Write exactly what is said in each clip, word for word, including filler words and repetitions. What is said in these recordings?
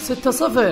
ستة صفر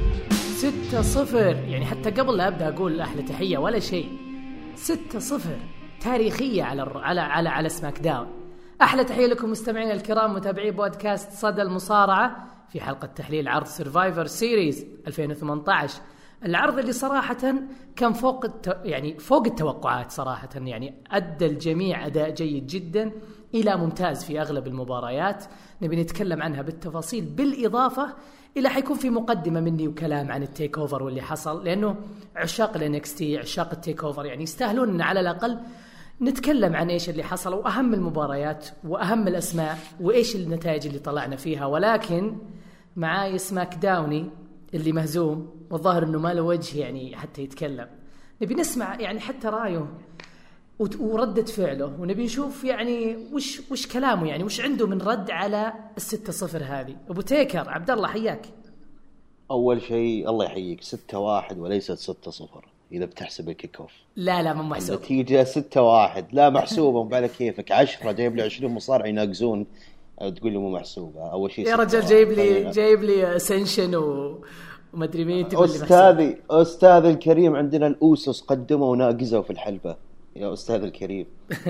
ستة صفر يعني حتى قبل لا أبدأ أقول أحلى تحية ولا شيء. ستة صفر تاريخية على على على على سماك داون. أحلى تحية لكم مستمعينا الكرام متابعي بودكاست صدى المصارعة في حلقة تحليل عرض سيرفايفر سيريز ألفين وثمانية عشر. العرض اللي صراحة كان فوق الت... يعني فوق التوقعات صراحة، يعني أدى الجميع أداء جيد جدا إلى ممتاز في أغلب المباريات. نبي نتكلم عنها بالتفاصيل، بالإضافة إلى حيكون في مقدمة مني وكلام عن التيك أوفر واللي حصل، لأنه عشاق ال إن إكس تي عشاق التيك أوفر يعني يستاهلون إن على الأقل نتكلم عن إيش اللي حصل وأهم المباريات وأهم الأسماء وإيش النتائج اللي طلعنا فيها. ولكن معاي سماك داوني اللي مهزوم والظاهر إنه ما له وجه يعني حتى يتكلم. نبي نسمع يعني حتى رأيه وردة فعله، ونبي نشوف يعني وش وش كلامه، يعني وش عنده من رد على الستة صفر هذه. أبو تيكر عبد الله حياك. أول شيء الله يحييك، ستة واحد وليست ستة صفر إذا بتحسب الكيك أوف. لا لا مو محسوب، النتيجة ستة واحد لا محسوبة. مبالغ كيفك عشرة جايب لي عشرين مصارع يناقزون تقول لي مو محسوبة. أول شيء يا رجال جايب لي جايب لي سنشن و وما أدري مين تقول لي أستاذي أستاذ الكريم، عندنا الأوسوس قدموا وناقزوا في الحلبة يا أستاذ الكريم.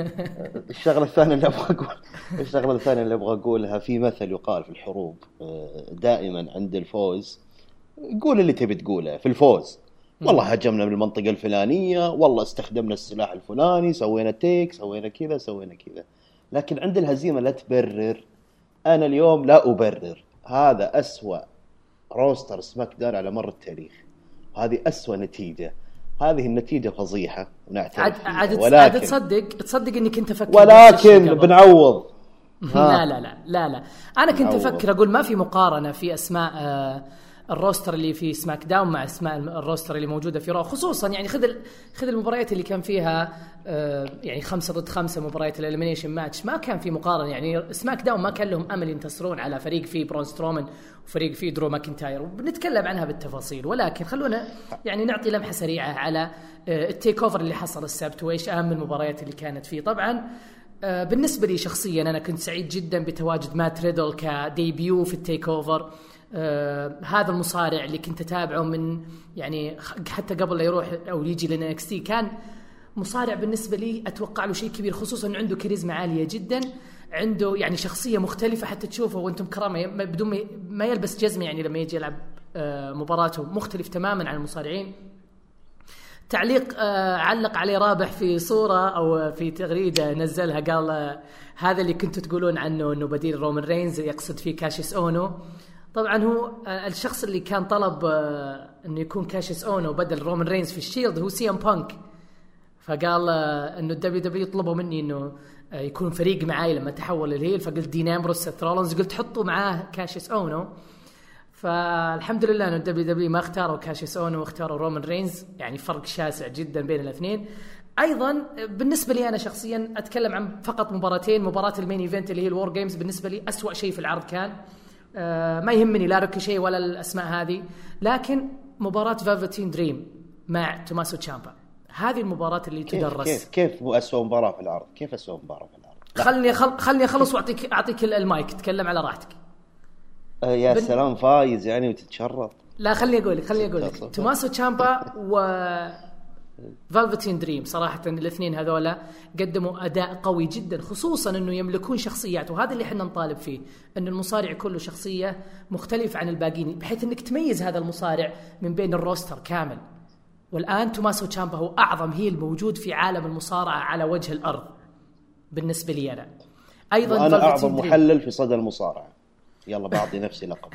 الشغلة الثانية اللي أبغى أقول الشغلة الثانية اللي أبغى أقولها، في مثل يقال في الحروب دائما عند الفوز قول اللي تبي تقوله في الفوز. والله هجمنا من المنطقة الفلانية، والله استخدمنا السلاح الفلاني، سوينا تيك، سوينا كذا سوينا كذا. لكن عند الهزيمة لا تبرر. أنا اليوم لا أبرر، هذا أسوأ روستر سماك داون على مر التاريخ، هذه أسوأ نتيجة. هذه النتيجة فضيحة ونعترف فيها. عاد ولكن تصدق تصدق اني كنت افكر ولكن بنعوض. لا لا لا لا لا انا كنت افكر اقول ما في مقارنة في اسماء آه الروستر اللي في سماك داون مع اسماء الروستر اللي موجودة في رو، خصوصا يعني خذ خذ المباريات اللي كان فيها آه يعني خمسة ضد خمسة، مباريات الاليمينيشن ماتش ما كان في مقارنة. يعني سماك داون ما كان لهم امل ينتصرون على فريق فيه برون سترومان وفريق فيه درو ماكنتاير، وبنتكلم عنها بالتفاصيل. ولكن خلونا يعني نعطي لمحة سريعة على التيك اوفر اللي حصل السبت وايش اهم المباريات اللي كانت فيه. طبعا بالنسبة لي شخصيا انا كنت سعيد جدا بتواجد مات ريدل كديبيو في التيك اوفر. آه هذا المصارع اللي كنت أتابعه من يعني حتى قبل لا يروح أو يجي لنا إكس تي، كان مصارع بالنسبة لي أتوقع له شيء كبير، خصوصا أنه عنده كاريزما عالية جدا، عنده يعني شخصية مختلفة حتى تشوفه وأنتم كرامة بدون ما يلبس جزمة، يعني لما يجي يلعب آه مباراته مختلف تماما عن المصارعين. تعليق آه علق عليه رابح في صورة أو في تغريدة نزلها، قال آه هذا اللي كنتوا تقولون عنه أنه بديل رومان رينز، يقصد فيه كاشيس أونو. طبعا هو الشخص اللي كان طلب انه يكون كاشيس اونو بدل رومان رينز في الشيلد هو سي ام بانك، فقال انه الدبليو دبليو طلبوا مني انه يكون فريق معاي لما تحول للهيل، فقلت دين امبروس سيث رولينز، قلت حطوا معاه كاشيس اونو. فالحمد لله انه الدبليو دبليو ما اختاروا كاشيس اونو واختاروا رومان رينز، يعني فرق شاسع جدا بين الاثنين. ايضا بالنسبه لي انا شخصيا اتكلم عن فقط مباراتين، مباراه المين ايفنت اللي هي الوور جيمز بالنسبه لي أسوأ شيء في العرض كان. آه ما يهمني لا ركي شيء ولا الأسماء هذه، لكن مباراة فالفتين دريم مع توماسو تشامبا، هذه المباراة اللي كيف تدرس. كيف كيف أسوأ مباراة في العرض؟ كيف أسوأ مباراة في العرض؟ خلني خل... خلني أخلص وأعطيك أعطيك المايك، تكلم على راحتك. آه يا بن... سلام فايز يعني وتتشرط. لا خلني أقول لك خلني أقول لك توماسو تشامبا و فالفتين دريم صراحة الاثنين هذولا قدموا أداء قوي جدا، خصوصا أنه يملكون شخصيات، وهذا اللي احنا نطالب فيه، أن المصارع كله شخصية مختلفة عن الباقين بحيث أنك تميز هذا المصارع من بين الروستر كامل. والآن توماسو تشامبا هو أعظم هيل موجود في عالم المصارعة على وجه الأرض بالنسبة لي أنا. أيضا أنا أعظم محلل في صدى المصارعة، يلا بعطي نفسي لقب.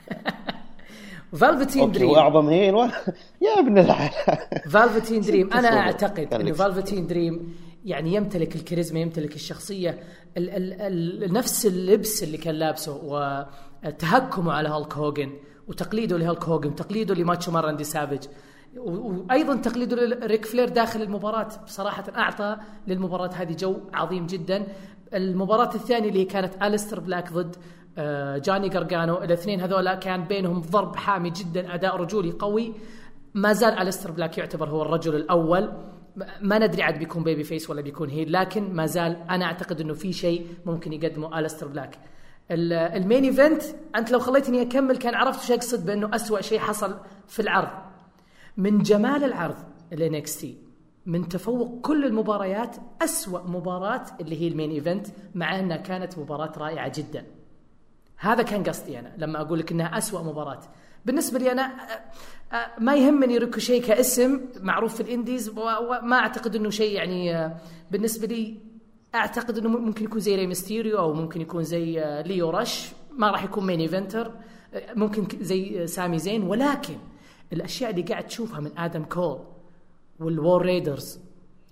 فالفتين دريم أعظم هين و... يا ابن العالم. فالفتين دريم أنا أعتقد إنه فالفتين دريم يعني يمتلك الكاريزما، يمتلك الشخصية، ال ال ال نفس اللبس اللي كان لابسه وتهكمه على هالك هوجن وتقليده لهالك هوجن، تقليده لماتشو مان راندي سافيج، وأيضا تقليده لريك فلير داخل المباراة. بصراحة أعطى للمباراة هذه جو عظيم جدا. المباراة الثانية اللي كانت أليستر بلاك ضد جاني غارغانو، الاثنين هذولا كان بينهم ضرب حامي جدا، أداء رجولي قوي. ما زال أليستر بلاك يعتبر هو الرجل الأول، ما ندري عاد بيكون بيبي فيس ولا بيكون هيل، لكن ما زال أنا أعتقد أنه في شيء ممكن يقدمه أليستر بلاك. المين ايفنت انت لو خليتني اكمل كان عرفت وش اقصد بانه أسوأ شيء حصل في العرض. من جمال العرض ال إن إكس تي، من تفوق كل المباريات، أسوأ مباراة اللي هي المين ايفنت، مع انها كانت مباراة رائعة جدا. هذا كان قصدي انا لما اقول لك انها أسوأ مباراة بالنسبة لي. انا ما يهمني ريكوشي كاسم معروف في الانديز، وما اعتقد انه شيء يعني بالنسبة لي. اعتقد انه ممكن يكون زي ري ميستيريو، او ممكن يكون زي ليو رش، ما راح يكون مين ايفنتر، ممكن زي سامي زين. ولكن الاشياء اللي قاعد تشوفها من آدم كول والوار ريدرز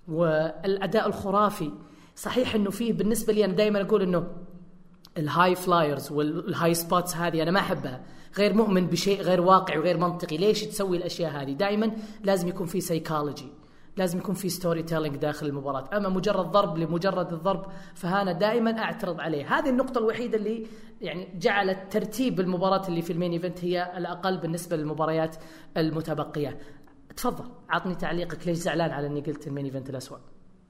والاداء الخرافي، صحيح انه فيه بالنسبه لي انا دائما اقول انه الهاي فلايرز والهاي سبوتس هذه انا ما احبها، غير مؤمن بشيء غير واقعي وغير منطقي. ليش تسوي الاشياء هذه؟ دائما لازم يكون في سايكولوجي، لازم يكون في ستوري تيلينج داخل المباراة. أما مجرد ضرب لمجرد الضرب فهنا دائما أعترض عليه. هذه النقطة الوحيدة اللي يعني جعلت ترتيب المباراة اللي في المين ايفنت هي الأقل بالنسبة للمباريات المتبقية. تفضل عطني تعليقك، ليش زعلان على أني قلت المين ايفنت الأسوأ؟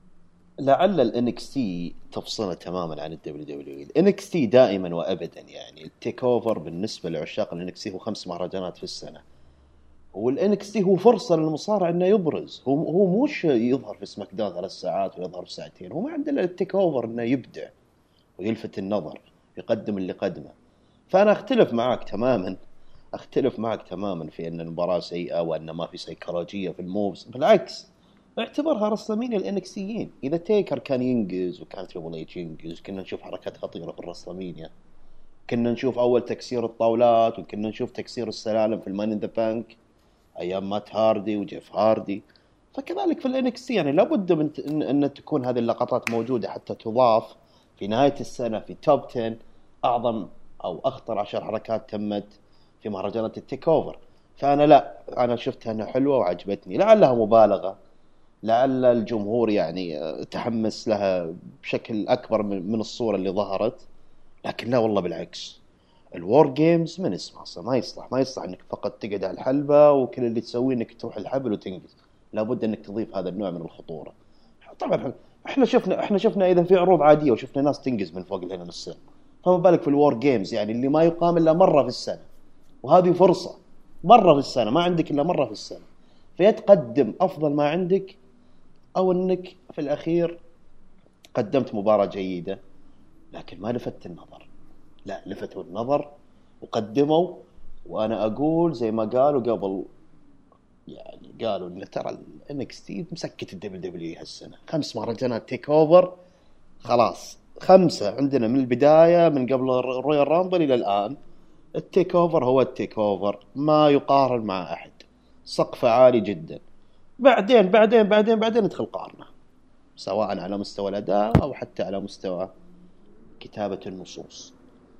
لعل ال إن إكس تي تفصله تماما عن ال دبليو دبليو إي. ال إن إكس تي دائما وأبدا يعني التيك أوفر بالنسبة لعشاق ال إن إكس تي هو خمس مهرجانات في السنة، وال إن إكس تي هو فرصة للمصارع إنه يبرز. هو هو مش يظهر في سماك داون ثلاث ساعات ويظهر في ساعتين. هو ما عنده إلا التيك أوفر إنه يبدع ويلفت النظر، يقدم اللي قدمه. فأنا أختلف معك تماما، أختلف معك تماما في أن المباراة سيئة وأن ما في سيكولوجية في الموفز. بالعكس، اعتبرها رسلمانيا ال إن إكس تيين. إذا تيكر كان ينجز وكان تريبل إتش ينجز، كنا نشوف حركات خطيرة في الرسلمانيا، كنا نشوف أول تكسير الطاولات، وكنا نشوف تكسير السلالم في المان إن ذا بانك أيام مات هاردي وجيف هاردي. فكذلك في ال إن إكس تي يعني لابد من أن, أن تكون هذه اللقطات موجودة حتى تضاف في نهاية السنة في توب عشرة أعظم أو أخطر عشر حركات تمت في مهرجانات التيك أوفر. فأنا لا، أنا شفتها أنها حلوة وعجبتني. لعلها مبالغة، لعل الجمهور يعني تحمس لها بشكل أكبر من الصورة اللي ظهرت، لكن لا والله بالعكس. الوار جيمز من اسمه أصلا ما يصلح ما يصلح انك فقط تقعد على الحلبة وكل اللي تسويه انك تروح الحبل وتنجز. لابد انك تضيف هذا النوع من الخطورة. طبعا احنا شفنا احنا شفنا اذا في عروض عادية وشفنا ناس تنجز من فوق لهنا السن، فما بالك في الوار جيمز يعني اللي ما يقام الا مرة في السنة، وهذه فرصة مرة في السنة، ما عندك الا مرة في السنة. فيتقدم افضل ما عندك، او انك في الاخير قدمت مباراة جيدة لكن ما لفت النظر. لا، لفتوا النظر وقدموا. وانا اقول زي ما قالوا قبل، يعني قالوا ان ترى ال إن إكس تي مسكت الدبليو دبليو إي هالسنه. خمس مهرجانات تيك اوفر، خلاص خمسه عندنا من البدايه، من قبل الرويال رامبل الى الان. التيك اوفر هو التيك اوفر، ما يقارن مع احد، سقفه عالي جدا. بعدين بعدين بعدين بعدين ندخل قارنه، سواء على مستوى الاداء او حتى على مستوى كتابه النصوص.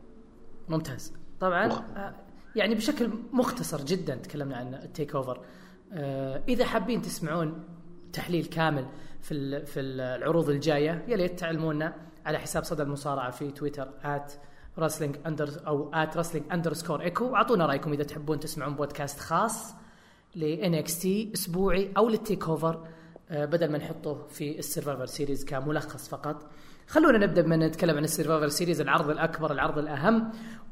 ممتاز. طبعا مخ... يعني بشكل مختصر جدا تكلمنا عن التيك اوفر. آه اذا حابين تسمعون تحليل كامل في في العروض الجايه، يا ليت تعلمونا على حساب صدى المصارعه في تويتر آت wrestling under او آت wrestling underscore echo. واعطونا رايكم اذا تحبون تسمعون بودكاست خاص ل إن إكس تي اسبوعي او للتيك اوفر، آه بدل ما نحطه في السيرفايفر سيريز كملخص فقط. خلونا نبدأ بما نتكلم عن السيرفايفر سيريز، العرض الأكبر، العرض الأهم.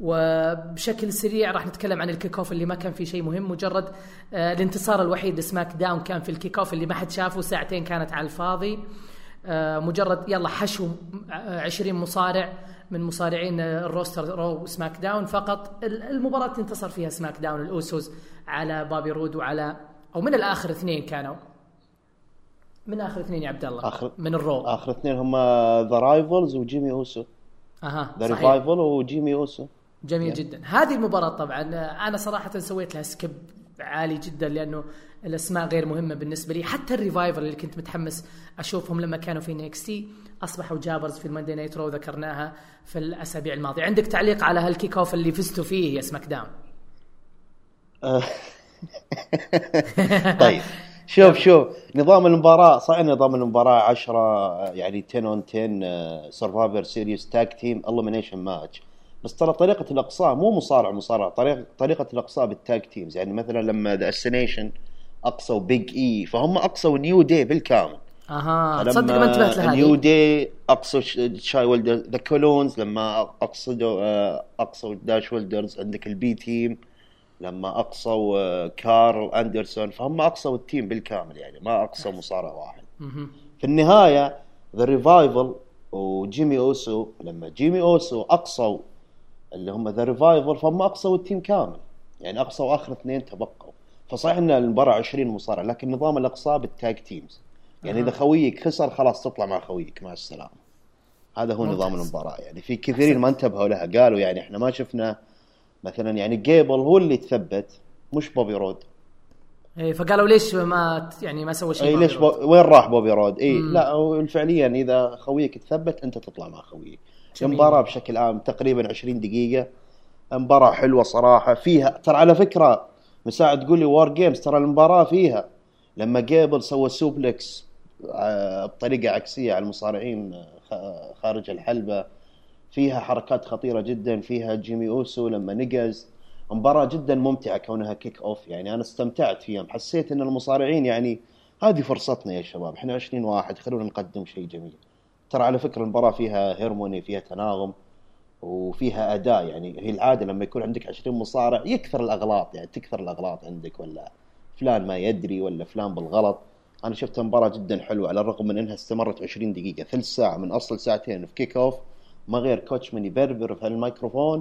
وبشكل سريع راح نتكلم عن الكيك اوف اللي ما كان فيه شيء مهم، مجرد آه الانتصار الوحيد لسماك داون كان في الكيك اوف اللي ما حد شافه، ساعتين كانت على الفاضي. آه مجرد يلا حشو عشرين مصارع من مصارعين الروستر رو سماك داون فقط. المباراة انتصر فيها سماك داون الأوسوس على بابي رود وعلى أو من الآخر اثنين كانوا من آخر اثنين يا عبد الله آخر من الرو. آخر اثنين هم ذا رايفلز وجيمي أوسو. أها ذا رايفل وجيمي أوسو. جميل يعني. جدا. هذه المباراة طبعا أنا صراحة سويت لها سكيب عالي جدا لأنه الأسماء غير مهمة بالنسبة لي. حتى الريفايفر اللي كنت متحمس أشوفهم لما كانوا في إن إكس تي أصبحوا جابرز في الماندي نايت رو، ذكرناها في الأسابيع الماضية. عندك تعليق على هالكيك أوف اللي فزتوا فيه يا سماك داون؟ طيب شوف شوف نظام المباراة صحيح، نظام المباراة عشرة يعني عشرة on عشرة سرفايفر سيريز تاج تيم إليمينيشن ماتش، بس ترى طريقة الإقصاء مو مصارع مصارع، طريقة طريقة الإقصاء بالتاج تيمز. يعني مثلا لما ذا أسينيشن أقصوا بيج إي، فهم أقصوا نيو دي بالكامل، اها تصدق ما انتبهت لهذه. نيو دي اقصوا شاي ويلدر ذا كولونز، لما اقصدوا اقصوا داش ويلدرز. عندك البي تيم لما اقصوا كارل اندرسون، فهم اقصوا التيم بالكامل يعني، ما اقصوا مصارع واحد. في النهايه ذا ريفايفل وجيمي اوسو، لما جيمي اوسو اقصوا اللي هم ذا ريفايفل، فهم اقصوا التيم كامل يعني، اقصوا اخر اثنين تبقوا. فصحيح ان المباراه عشرين مصارع، لكن نظام الاقصاء بالتاج تيمز يعني. اذا خويك خسر خلاص تطلع مع خويك مع السلامه. هذا هو ممتاز. نظام المباراه يعني. في كثيرين ما انتبهوا لها، قالوا يعني احنا ما شفنا مثلا يعني جيبل هو اللي تثبت مش بوبي رود. اي فقالوا ليش ما يعني ما سوى شيء. اي ليش بو... وين راح بوبي رود؟ اي مم. لا فعليا اذا خويك تثبت انت تطلع مع خويك. المباراه بشكل عام تقريبا عشرين دقيقه، مباراه حلوه صراحه. فيها ترى على فكره مساعد تقول لي وار جيمز، ترى المباراه فيها لما جيبل سوى سوبلكس بطريقه عكسيه على المصارعين خارج الحلبه، فيها حركات خطيره جدا. فيها جيمي اوسو لما نقز. مباراه جدا ممتعه كونها كيك اوف يعني، انا استمتعت فيها. حسيت ان المصارعين يعني هذه فرصتنا يا شباب، احنا عشرين واحد خلونا نقدم شيء جميل. ترى على فكره المباراه فيها هيرموني، فيها تناغم وفيها اداء يعني. هي العاده لما يكون عندك عشرين مصارع يكثر الاغلاط يعني، تكثر الاغلاط عندك، ولا فلان ما يدري ولا فلان بالغلط. انا شفت مباراه جدا حلوه على الرغم من انها استمرت عشرين دقيقه، ثلث ساعه من اصل ساعتين في كيك اوف، ما غير كوتش من يبربر في الميكروفون.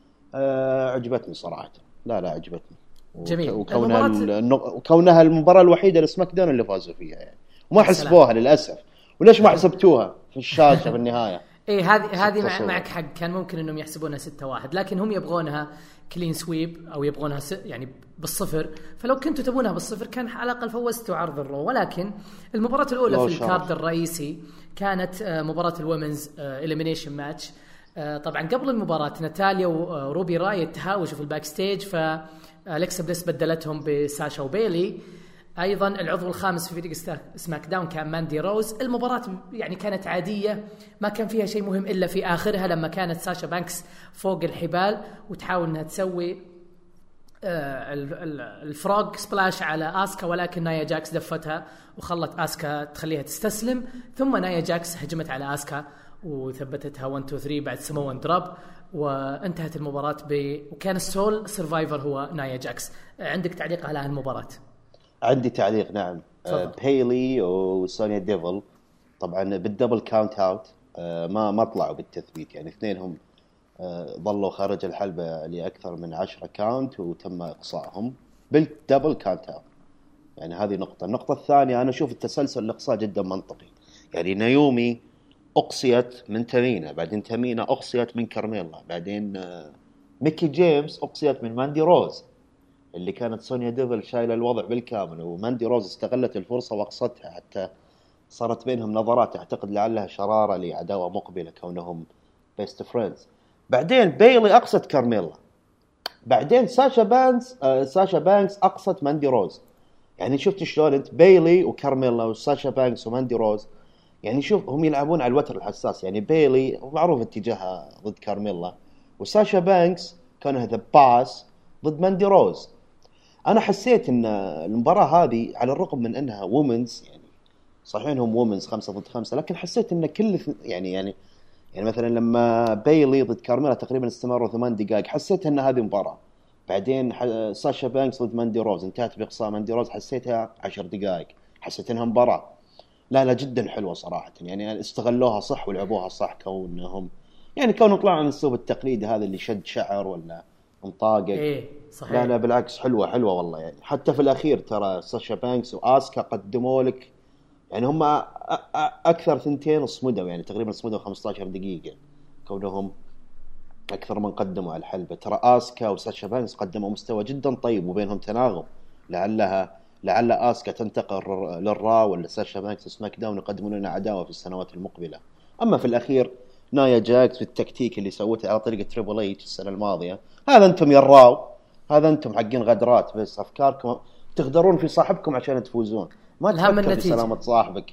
أه عجبتني صراحه، لا لا عجبتني. جميل. وكونها المباراة... وكونها المباراه الوحيده لسماك داون اللي فازوا فيها يعني، وما حسبوها للاسف. وليش ما حسبتوها في الشاشه في النهايه؟ ايه هذه هذه مع معك حق، كان ممكن انهم يحسبونها ستة واحد، لكن هم يبغونها كلين سويب او يبغونها يعني بالصفر. فلو كنتوا تبونها بالصفر كان على الاقل فوزتوا عرض الرو. ولكن المباراه الاولى في الكارد الرئيسي كانت مباراه الومنز إليمينيشن ماتش. طبعا قبل المباراه ناتاليا وروبي رايت تهاوشوا في الباك ستيج، فالكسا بليس بدلتهم بساشا وبيلي. ايضا العضو الخامس في فريق سماك داون كان ماندي روز. المباراه يعني كانت عاديه، ما كان فيها شيء مهم الا في اخرها لما كانت ساشا بانكس فوق الحبال وتحاول انها تسوي الفروغ سبلاش على اسكا، ولكن نايا جاكس دفتها وخلت اسكا تخليها تستسلم. ثم نايا جاكس هجمت على اسكا وثبتتها واحد اثنين ثلاثة بعد سموان دراب، وانتهت المباراه ب وكان السول سرفايفر هو نايا جاكس. عندك تعليق على هالمباراه؟ عندي تعليق نعم. آه بيلي وسونيا ديفل طبعا بالدبل كاونت اوت، آه ما ما طلعوا بالتثبيت يعني، اثنينهم آه ظلوا خارج الحلبة لأكثر من عشرة كاونت وتم إقصائهم بالدبل كاونت اوت يعني. هذه نقطة. النقطة الثانية أنا أشوف التسلسل الإقصاء جدا منطقي يعني. نايومي أقصيت من تامينا، بعدين تامينا أقصيت من كارميلا، بعدين آه ميكي جيمس أقصيت من ماندي روز اللي كانت سونيا ديفل شايلة الوضع بالكامل، وماندي روز استغلت الفرصة وأقصتها، حتى صارت بينهم نظرات أعتقد لعلها شرارة لعداوة مقبلة كونهم بيست فريندز. بعدين بيلي أقصت كارميلا، بعدين ساشا بانكس آه ساشا بانكس أقصت ماندي روز. يعني شفت شلون أنت بيلي وكارميلا وساشا بانكس وماندي روز يعني، شوف هم يلعبون على الوتر الحساس يعني. بيلي معروف اتجاهها ضد كارميلا، وساشا بانكس كان هذا باس ضد ماندي روز. أنا حسيت إن المباراة هذه على الرغم من أنها وومنز يعني، صحيح إنهم وومنز خمسة ضد خمسة، لكن حسيت إن كل يعني يعني يعني مثلا لما بيلي ضد كارميلا تقريبا استمروا ثمان دقائق، حسيت إن هذه مباراة. بعدين ساشا بانكس ضد ماندي روز انتهت بإقصاء ماندي روز، حسيتها عشر دقائق، حسيت إنها مباراة. لا لا جدا حلوة صراحة يعني، استغلوها صح ولعبوها صح، كونهم يعني كونوا طلعوا من الأسلوب التقليدي هذا اللي شد شعر ولا انطاقق. إيه صحيح. لا لا بالعكس حلوة حلوة والله يعني. حتى في الأخير ترى ساشا بانكس وآسكا قدموا لك يعني، هم أكثر ثنتين صمدوا يعني، تقريبا صمدوا خمسة عشر دقيقة كونهم أكثر من قدموا على الحلبة. ترى آسكا وساشا بانكس قدموا مستوى جدا طيب وبينهم تناغم، لعلها لعل آسكا تنتقل للرا ولا ساشا بانكس سماك داون يقدمون لنا عداوة في السنوات المقبلة. أما في الأخير نايا جاكس في التكتيك اللي سوته على طريقة تريبل ايتش السنة الماضية، هذا أنتم يراو، هذا أنتم حقين غدرات، بس أفكاركم تغدرون في صاحبكم عشان تفوزون، ما تفكر في سلامة صاحبك.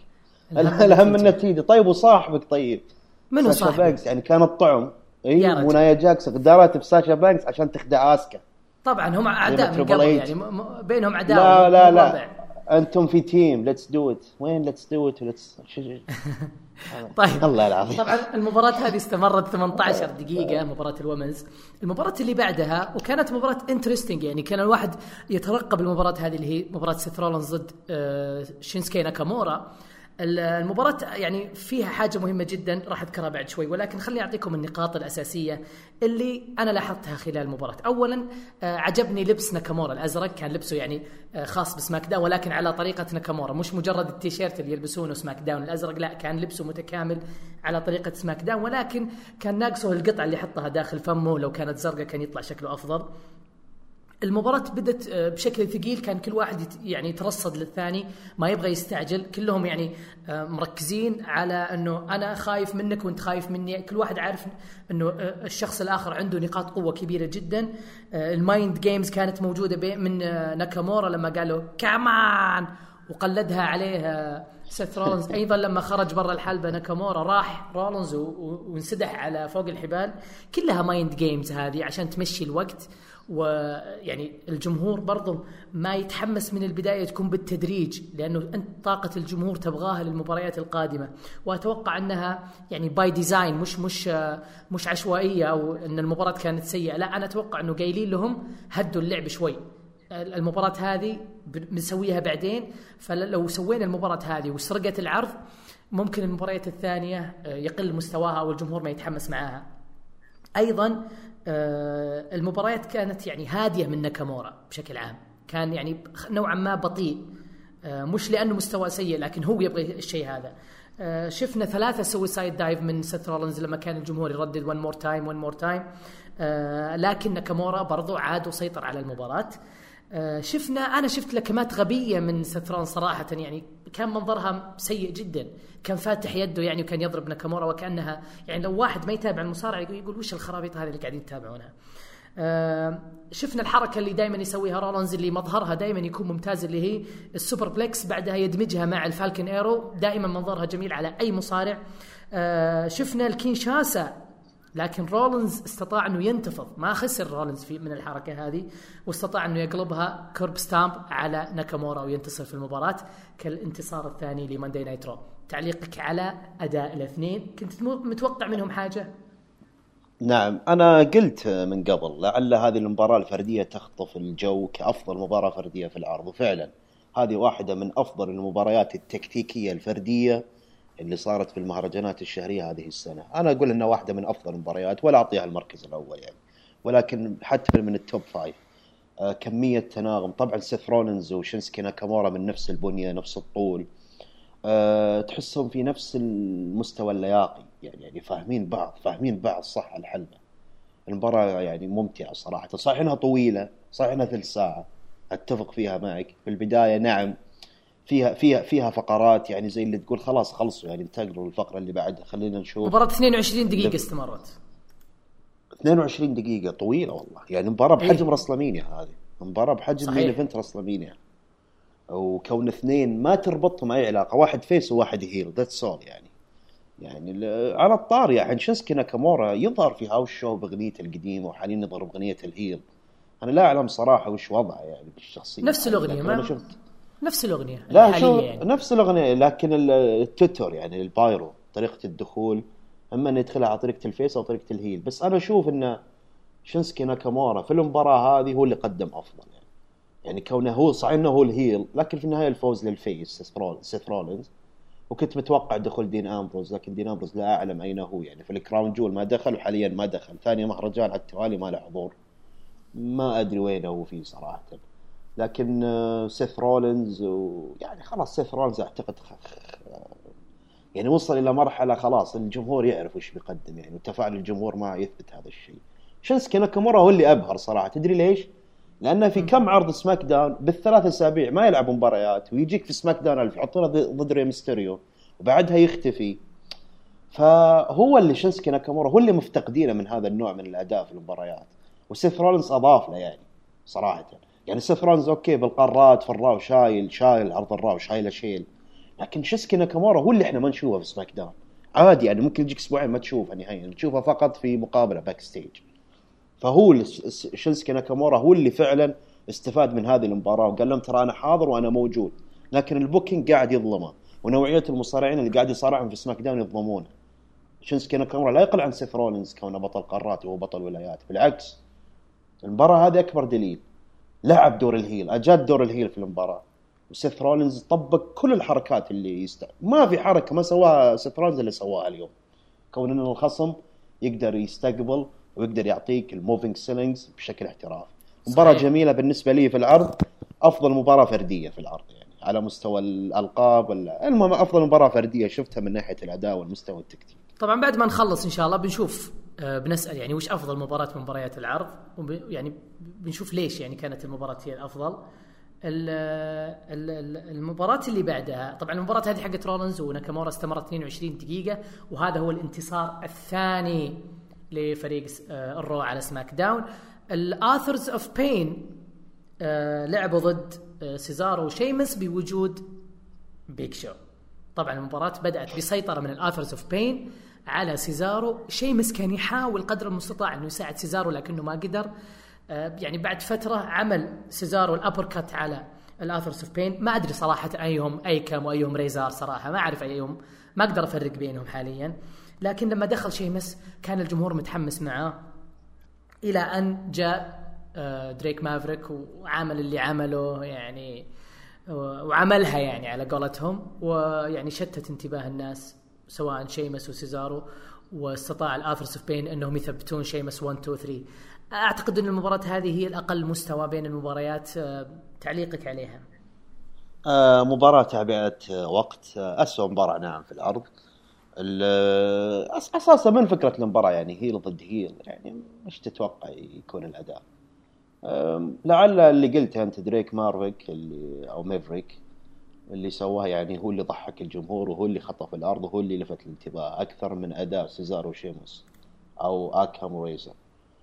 الهم النتيجة. طيب وصاحبك طيب منو صاحبك يعني كان الطعم اي ونايا جاكس غدرت بساشا بانكس عشان تخدع آسكا. طبعا هم اعداء من قبل يعني م... بينهم عداوه. لا لا لا انتم في تيم ليتس دو ات، وين ليتس دو ات ليتس طيب الله العظيم. طبعا المباراة هذه استمرت ثمانية عشر دقيقة، مباراة الومنز. المباراة اللي بعدها وكانت مباراة انترستينج، يعني كان الواحد يترقب المباراة هذه اللي هي مباراة سيث رولينز ضد شينسكي ناكامورا. المباراة يعني فيها حاجة مهمة جدا راح أذكرها بعد شوي، ولكن خليني أعطيكم النقاط الأساسية اللي أنا لاحظتها خلال المباراة. أولا عجبني لبس ناكامورا الأزرق، كان لبسه يعني خاص بسماك داون ولكن على طريقة ناكامورا، مش مجرد التيشيرت اللي يلبسونه سماك داون الأزرق، لا كان لبسه متكامل على طريقة سماك داون، ولكن كان ناقصه القطعة اللي حطها داخل فمه، لو كانت زرقاء كان يطلع شكله أفضل. المباراة بدت بشكل ثقيل، كان كل واحد يعني يترصد للثاني، ما يبغى يستعجل، كلهم يعني مركزين على أنه أنا خايف منك وأنت خايف مني، كل واحد عارف أنه الشخص الآخر عنده نقاط قوة كبيرة جدا. المايند جيمز كانت موجودة من ناكامورا لما قالوا كامان وقلدها عليه سيث رولينز، أيضا لما خرج برا الحلبة ناكامورا راح رولينز وانسدح على فوق الحبال، كلها مايند جيمز هذه عشان تمشي الوقت. ويعني الجمهور برضو ما يتحمس من البداية، تكون بالتدريج، لأنه أنت طاقة الجمهور تبغاها للمباريات القادمة، وأتوقع أنها يعني باي ديزاين، مش مش مش عشوائية أو أن المباراة كانت سيئة، لا أنا أتوقع أنه قايلين لهم هدوا اللعب شوي، المباراة هذه بنسويها بعدين، فلو سوينا المباراة هذه وسرقت العرض ممكن المباريات الثانية يقل مستواها أو الجمهور ما يتحمس معاها. أيضا المباريات كانت يعني هادية من ناكامورا بشكل عام، كان يعني نوعا ما بطيء، مش لأنه مستوى سيء لكن هو يبغى الشيء هذا. شفنا ثلاثة سويسايد دايف من سيث رولينز لما كان الجمهور يردد one more time one more time، لكن ناكامورا برضو عاد وسيطر على المباراة. شفنا أنا شفت لكمات غبية من سيث رولينز صراحة، يعني كان منظرها سيء جدا، كان فاتح يده يعني وكان يضرب ناكامورا وكأنها يعني لو واحد ما يتابع المصارعة يقول وش الخرابيط هذه اللي قاعدين يتابعونها. شفنا الحركة اللي دايما يسويها رولينز اللي مظهرها دايما يكون ممتاز، اللي هي السوبر بلكس، بعدها يدمجها مع الفالكن ايرو، دائما منظرها جميل على أي مصارع. شفنا الكينشاسا، لكن رولينز استطاع أنه ينتفض، ما خسر رولينز في من الحركة هذه، واستطاع أنه يقلبها كورب ستامب على ناكامورا وينتصر في المباراة كالانتصار الثاني لماندي نايت رو. تعليقك على أداء الاثنين، كنت متوقع منهم حاجة؟ نعم، أنا قلت من قبل لعل هذه المباراة الفردية تخطف الجو كأفضل مباراة فردية في العرض، وفعلا هذه واحدة من أفضل المباريات التكتيكية الفردية اللي صارت في المهرجانات الشهرية هذه السنة. أنا أقول إنها واحدة من أفضل المباريات، ولا أعطيها المركز الأول يعني، ولكن حتى من التوب فايف. آه كمية تناغم، طبعا سيث رولينز وشينسكي ناكامورا من نفس البنية نفس الطول، آه تحسهم في نفس المستوى اللياقي يعني، يعني فاهمين بعض فاهمين بعض صح الحلبة. المباراة يعني ممتعة صراحة، صحيح إنها طويلة، صحيح إنها ثلث ساعة، أتفق فيها معك في البداية. نعم فيها فيها فيها فقرات يعني زي اللي تقول خلاص خلصوا يعني انتقلوا للفقرة اللي بعدها، خلينا نشوف. مباراة اثنين وعشرين دقيقة استمرت، اثنين وعشرين دقيقة طويلة والله، يعني مباراة بحجم إيه؟ رسلمانيا هذه مباراة بحجم مين ايفنت رسلمانيا، وكون اثنين ما تربطهم أي علاقة، واحد فيس وواحد هيل، ذاتس اول يعني. يعني على الطاري يعني شينسكي ناكامورا يظهر في هاوس شو بأغنية القديمة، وحاليا يظهر بأغنية الهيل. أنا لا أعلم صراحة وش وضعه يعني بالشخصية، نفس الأغنية ما شفت نفس الأغنية لا شو يعني. نفس الأغنية، لكن التوتر يعني البايرو طريقة الدخول، أما أن يدخلها على طريقة الفيس أو طريقة الهيل. بس أنا أشوف أن شينسكي ناكامورا في المباراة هذه هو اللي قدم أفضل يعني، يعني كونه هو صحيح أنه هو الهيل، لكن في النهاية الفوز للفيس سيث رولينز. وكنت متوقع دخول دين أمبروز، لكن دين أمبروز لا أعلم أين هو يعني، في الكراون جول ما دخل وحاليا ما دخل، ثاني مهرجان على التوالي ما له حضور، ما أدري وين هو فيه صراحة. لكن سيث رولينز يعني خلاص سيث رولينز أعتقد يعني وصل إلى مرحلة خلاص الجمهور يعرف وش بيقدم يعني، وتفاعل الجمهور ما يثبت هذا الشيء. شينسكي ناكامورا هو اللي أبهر صراحة، تدري ليش؟ لأنه في كم عرض سماك داون بالثلاث أسابيع ما يلعب مباريات، ويجيك في سماك داون ألف يحطونه ضد ري ميستيريو وبعدها يختفي. فهو اللي شينسكي ناكامورا هو اللي مفتقدينه من هذا النوع من الأداء في المباريات، وسيث رولينز أضاف له يعني صراحة. يعني سيث رولينز أوكي بالقارات في الراو شايل شايل عرض الراو شايل شيل، لكن شينسكي ناكامورا هو اللي إحنا ما نشوفه في سماك داون عادي يعني، ممكن يجيك أسبوعين ما تشوفه نهائيا، تشوفه فقط في مقابلة باك ستيج. فهو شينسكي ناكامورا هو اللي فعلا استفاد من هذه المباراة وقال لهم ترى أنا حاضر وأنا موجود، لكن البوكينج قاعد يظلمه، ونوعيه المصارعين اللي قاعد يصارعهم في سماك داون يظلمونه. شينسكي ناكامورا لا يقل عن سيث رولينز كونه بطل قارات وهو بطل ولايات، بالعكس المباراه هذه اكبر دليل لعب دور الهيل، اجاد دور الهيل في المباراه. وسيث رولينز طبق كل الحركات اللي يست... ما في حركه ما سواها سيث رولينز اللي سواها اليوم، كون ان الخصم يقدر يستقبل ويقدر يعطيك الموفينج سيلينجز بشكل احترافي. مباراه جميله بالنسبه لي في العرض، افضل مباراه فرديه في العرض يعني على مستوى الالقاب. المهم افضل مباراه فرديه شفتها من ناحيه الاداء والمستوى التكتيكي. طبعا بعد ما نخلص ان شاء الله بنشوف بنسال يعني وش افضل مباراه من مباريات العرض، يعني بنشوف ليش يعني كانت المباراه هي الافضل. المباراة اللي بعدها طبعا المباراة هذه حقت رولينز وناكامورا استمرت اثنين وعشرين دقيقة، وهذا هو الانتصار الثاني لفريق الرو على سماك داون. الآثرز اوف بين لعبوا ضد سيزارو وشيمس بوجود بيج شو. طبعا المباراة بدأت بسيطرة من الآثرز اوف بين على سيزارو. شيمس كان يحاول قدر المستطاع انه يساعد سيزارو لكنه ما قدر. يعني بعد فترة عمل سيزارو الأبركات على الآثرز اوف بين، ما أدري صراحة أيهم أيكم وأيهم ريزار، صراحة ما أعرف أيهم، ما أقدر أفرق بينهم حاليا. لكن لما دخل شيمس كان الجمهور متحمس معه، إلى أن جاء دريك مافريك وعمل اللي عمله يعني، وعملها يعني على قولتهم، ويعني شتت انتباه الناس سواء شيمس وسيزارو، واستطاع الآثرز اوف بين أنهم يثبتون شيمس واحد اثنين ثلاثة. أعتقد أن المباراة هذه هي الأقل مستوى بين المباريات. تعليقك عليها؟ آه مباراة تعبئة وقت، أسوأ مباراة نعم في الأرض. أساسا من فكرة المباراة يعني هيل ضد هيل، يعني مش تتوقع يكون الأداء. لعل اللي قلته أنت دريك مارفيك اللي أو ميفريك اللي سواها يعني هو اللي ضحك الجمهور، وهو اللي خطف الأرض، وهو اللي لفت الانتباه أكثر من أداء سيزارو وشيموس أو آكام وريزر.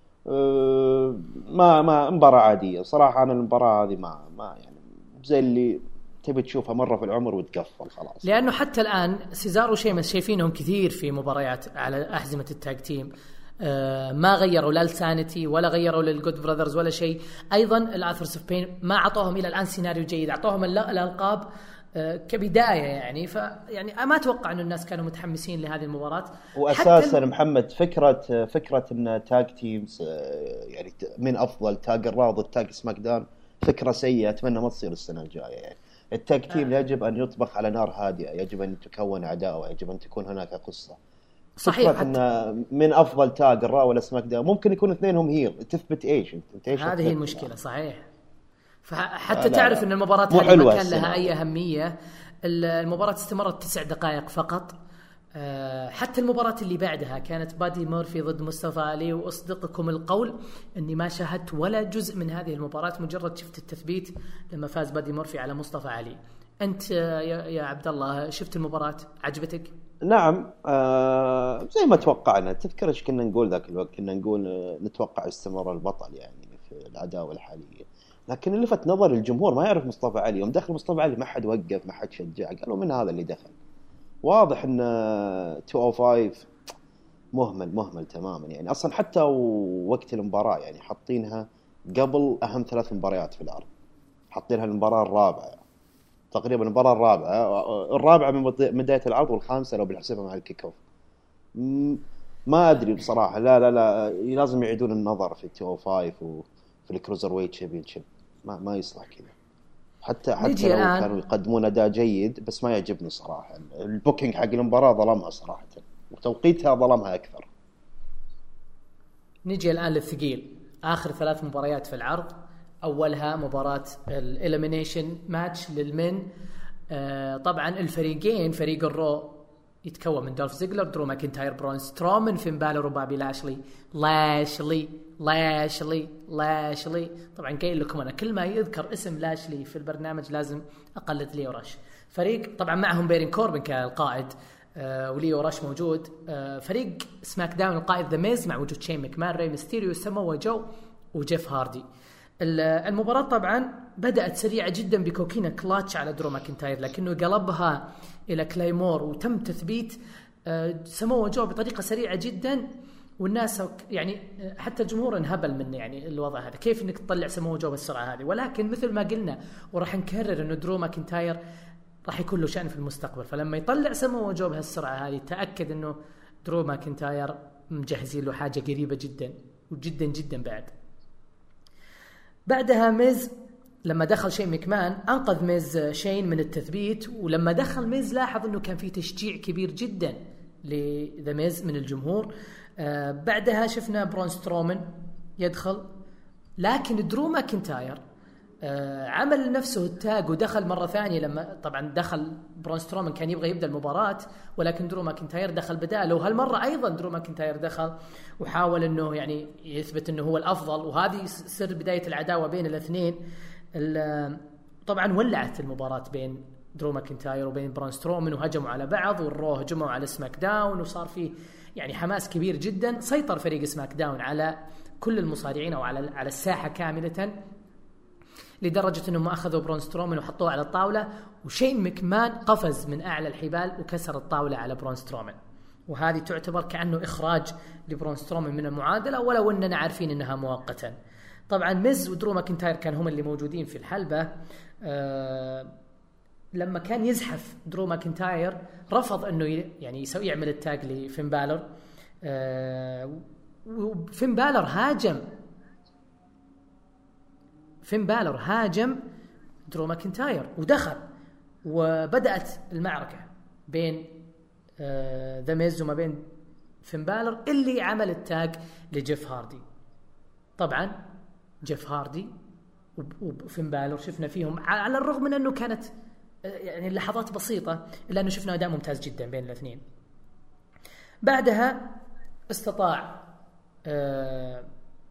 ما ما مباراة عادية صراحة. أنا المباراة هذه ما ما يعني زي اللي تبي تشوفها مرة في العمر وتقفل خلاص. لأنه حتى الآن سيزارو وشيمس شايفينهم كثير في مباريات على أحزمة التاج تيم، آه ما غيروا لا السانيتي ولا غيروا للجود براذرز ولا شيء. أيضا الآثرز اوف بين ما عطوهم إلى الآن سيناريو جيد، عطوهم الألقاب آه كبداية يعني. فيعني ما أتوقع أن الناس كانوا متحمسين لهذه المباراة. وأساسا محمد فكرة فكرة أن تاج تيمز يعني من أفضل تاج الراو ضد تاج سماك داون فكرة سيئة، أتمنى ما تصير السنة الجاية. يعني التاج تيم آه. يجب أن يطبخ على نار هادئة، يجب أن تكون عداوة، يجب أن تكون هناك قصة. صحيح. أن من أفضل تاج الراو ولا سماك داون ممكن يكون اثنينهم هيل، تثبت إيش أنت إيش هذه هي المشكلة. صحيح. فحتى لا تعرف لا. أن المباراة هذه ما كان لها أي أهمية. المباراة استمرت تسع دقائق فقط. حتى المباراة اللي بعدها كانت بادي مورفي ضد مصطفى علي، وأصدقكم القول أني ما شاهدت ولا جزء من هذه المباراة، مجرد شفت التثبيت لما فاز بادي مورفي على مصطفى علي. أنت يا عبد الله شفت المباراة، عجبتك؟ نعم. آه زي ما توقعنا. تذكر ايش كنا نقول ذاك الوقت؟ كنا نقول نتوقع استمرار البطل يعني في العداوة الحالية، لكن اللي لفت نظر الجمهور ما يعرف مصطفى علي. يوم دخل مصطفى علي ما حد وقف، ما حد شجع، قالوا من هذا اللي دخل. واضح ان مئتين وخمسة مهمل مهمل تماما يعني. اصلا حتى وقت المباراة يعني حاطينها قبل اهم ثلاث مباريات في العرض، حاطينها المباراة الرابعة تقريبا، المباراة الرابعة الرابعة من بداية العرض، والخامسة لو بنحسبها مع الكيك اوف. ما ادري بصراحة. لا لا لا لازم يعيدون النظر في مئتين وخمسة وفي الكروزر ويت تشامبيونشيب. ما ما يصلح كذا. حتى حتى لو الآن كانوا يقدمون أداء جيد، بس ما يعجبني صراحة. البوكينج حق المباراة ظلمها صراحة، وتوقيتها ظلمها أكثر. نجي الآن للثقيل، آخر ثلاث مباريات في العرض. أولها مباراة الإليمينيشن ماتش للمن. آه طبعا الفريقين، فريق الرو يتكون من دولف زيجلر، درو ماكنتاير، برون سترومان، فين بالور، وبابي لاشلي. لاشلي لاشلي لاشلي طبعا قايل لكم أنا كل ما يذكر اسم لاشلي في البرنامج لازم أقلد ليو راش. فريق طبعا معهم بيرين كوربن كالقائد، آه وليو راش موجود. آه فريق سماك داون القائد ذا ميز مع وجود شين مكمان، ري ميستيريو، ساموا جو، وجيف هاردي. المباراة طبعا بدأت سريعة جدا بكوكينا كلاتش على درو ماكنتاير، لكنه قلبها إلى كلايمور وتم تثبيت سمو جو بطريقة سريعة جدا، والناس يعني حتى الجمهور انهبل من يعني الوضع هذا، كيف انك تطلع سمو جو بالسرعه هذه. ولكن مثل ما قلنا وراح نكرر انه درو ماكنتاير راح يكون له شأن في المستقبل، فلما يطلع سمو جو بهالسرعه هذه تاكد انه درو ماكنتاير مجهزين له حاجه قريبه جدا وجدا جدا. بعد بعدها ميز لما دخل شين مكمان انقذ ميز شين من التثبيت، ولما دخل ميز لاحظ انه كان في تشجيع كبير جدا لذا ميز من الجمهور. آه بعدها شفنا برون سترومان يدخل، لكن درو ماكنتاير آه عمل نفسه التاج ودخل مرة ثانية. لما طبعا دخل برون سترومان كان يبغى يبدأ المباراة، ولكن درو ماكنتاير دخل بداله، وهالمرة أيضا درو ماكنتاير دخل وحاول أنه يعني يثبت أنه هو الأفضل، وهذه سر بداية العداوة بين الاثنين. طبعا ولعت المباراة بين درو ماكنتاير وبين برون سترومان، وهجموا على بعض، والرو هجموا على سماك داون، وصار فيه يعني حماس كبير جدا. سيطر فريق سماك داون على كل المصارعين او على على الساحة كاملة، لدرجة انهم اخذوا برون سترومان وحطوه على الطاولة، وشين مكمان قفز من اعلى الحبال وكسر الطاولة على برون سترومان، وهذه تعتبر كأنه اخراج لبرون سترومان من المعادلة، ولو اننا عارفين انها مؤقتا. طبعا ميز ودرو ماكنتاير كان هم اللي موجودين في الحلبة. أه لما كان يزحف درو ماكنتاير رفض انه يعني يسوي يعمل التاج لفين بالور. أه وفين بالور هاجم فين بالور هاجم درو ماكنتاير ودخل، وبدأت المعركة بين أه ذا ميز وما بين فين بالور اللي عمل التاج لجيف هاردي. طبعا جيف هاردي وفين بالور شفنا فيهم على الرغم من أنه كانت يعني لحظات بسيطة، إلا أنه شفنا أداء ممتاز جدا بين الاثنين. بعدها استطاع آه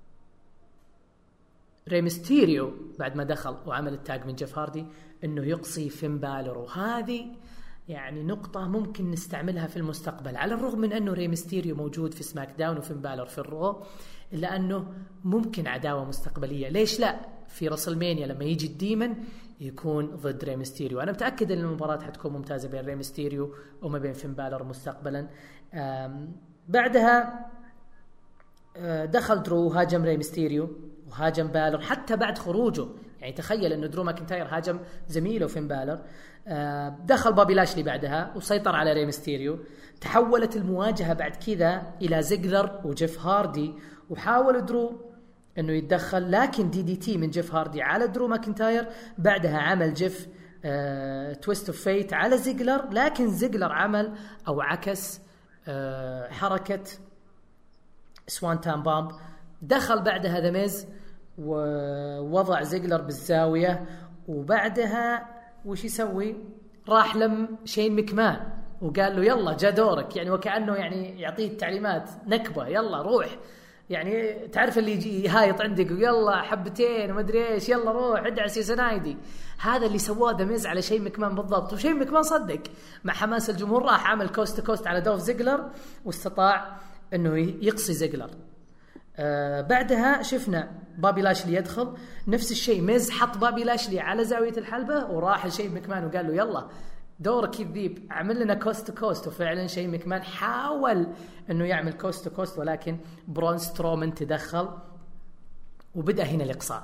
ريمستيريو بعد ما دخل وعمل التاج من جيف هاردي أنه يقصي فين بالور، وهذه يعني نقطة ممكن نستعملها في المستقبل، على الرغم من أنه ريمستيريو موجود في سماك داون وفين بالور في الرو، إلا أنه ممكن عداوة مستقبلية. ليش لا في راسلمانيا لما يجي الديمن يكون ضد ريمستيريو. أنا متأكد أن المباراة حتكون ممتازة بين ريمستيريو وما بين فين بالور مستقبلا. بعدها دخل درو وهاجم ريمستيريو وهاجم بالور حتى بعد خروجه، يعني تخيل أنه درو ماكنتاير هاجم زميله فين بالور. دخل بابي لاشلي بعدها وسيطر على ريمستيريو. تحولت المواجهة بعد كذا إلى زيجلر وجيف هاردي، وحاول درو انه يتدخل، لكن دي دي تي من جيف هاردي على درو ماكنتاير. بعدها عمل جيف آه تويست اوف فيت على زيجلر، لكن زيجلر عمل او عكس آه حركة سوان تام بامب. دخل بعدها ذا ميز ووضع زيجلر بالزاوية، وبعدها وش يسوي؟ راح لم شين مكمان وقال له يلا جا دورك، يعني وكأنه يعني يعطيه التعليمات نكبة، يلا روح، يعني تعرف اللي يجي يهايط عندك ويلا حبتين وما ادري ايش، يلا روح ادعس يا سنايدي. هذا اللي سواه ذا ميز على شين مكمان بالضبط، وشين مكمان صدق مع حماس الجمهور، راح عمل كوست كوست على دوف زيجلر واستطاع انه يقصي زيجلر. آه بعدها شفنا بابي لاشلي يدخل، نفس الشيء ميز حط بابي لاشلي على زاوية الحلبة وراح لشين مكمان وقال له يلا دورك الذيب، عمل لنا كوست كوست. وفعلا شين مكمان حاول انه يعمل كوست كوست، ولكن برون سترومان تدخل وبدأ هنا الإقصاء.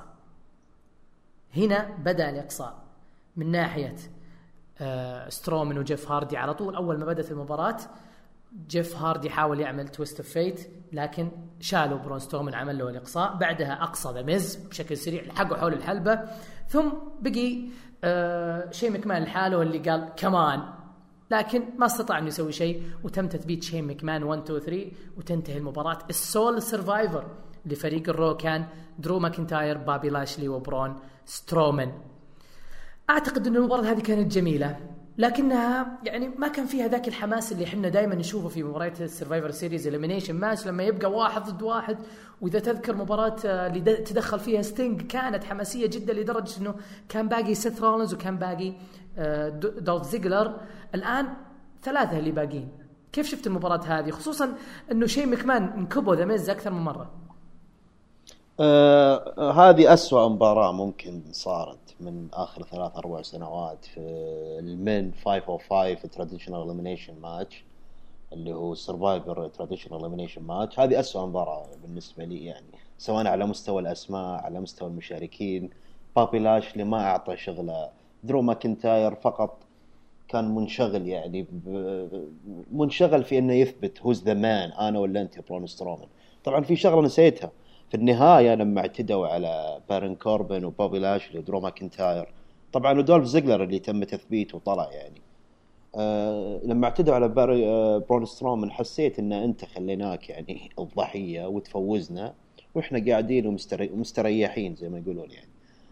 هنا بدأ الإقصاء من ناحية آه سترومان وجيف هاردي على طول. أول ما بدأت المباراة جيف هاردي حاول يعمل تويست اوف فيت، لكن شالوا برون سترومان عمل له الإقصاء. بعدها أقصى ذا ميز بشكل سريع لحقه حول الحلبة، ثم بقي آه شين مكمان لحاله اللي قال كمان، لكن ما استطاع أن يسوي شيء، وتم تثبيت شين مكمان واحد اثنين ثلاثة وتنتهي المباراة. السول سيرفايفر لفريق الرو كان درو ماكنتاير، بابي لاشلي، وبرون سترومان. أعتقد أن المباراة هذه كانت جميلة، لكنها يعني ما كان فيها ذاك الحماس اللي احنا دائما نشوفه في مباريات السرفايفر سيريز إليمينيشن ماتش، لما يبقى واحد ضد واحد. وإذا تذكر مباراة اللي تدخل فيها ستينج كانت حماسية جدا، لدرجة أنه كان باقي سيث رولينز وكان باقي دولف زيجلر، الآن ثلاثة اللي باقين. كيف شفت المباراة هذه، خصوصا أنه شين مكمان انكبوا ذا ميز أكثر من مرة؟ آه هذه أسوأ مباراة ممكن صارت من آخر ثلاث أربع سنوات في المين خمسة أو خمسة التراديشنال إليمينيشن ماتش. اللي هو سرفايفر تراديشنال إليمينيشن ماتش. هذه أسوأ مباراة بالنسبة لي يعني، سواء على مستوى الأسماء على مستوى المشاركين. بابي لاشلي ما أعطى شغله، درو ماكنتاير فقط كان منشغل يعني منشغل في انه يثبت هوز ذا مان، انا ولا انت برون سترومان. طبعا في شغله نسيتها في النهايه لما اعتدوا على بارن كوربن وبوبي لاشلي ودرو ماكنتاير، طبعا ودولف زيجلر اللي تم تثبيته وطلع يعني. أه لما اعتدوا على باري أه برون سترومان حسيت ان انت خليناك يعني الضحيه وتفوزنا واحنا قاعدين ومستري... ومستريحين زي ما يقولون يعني.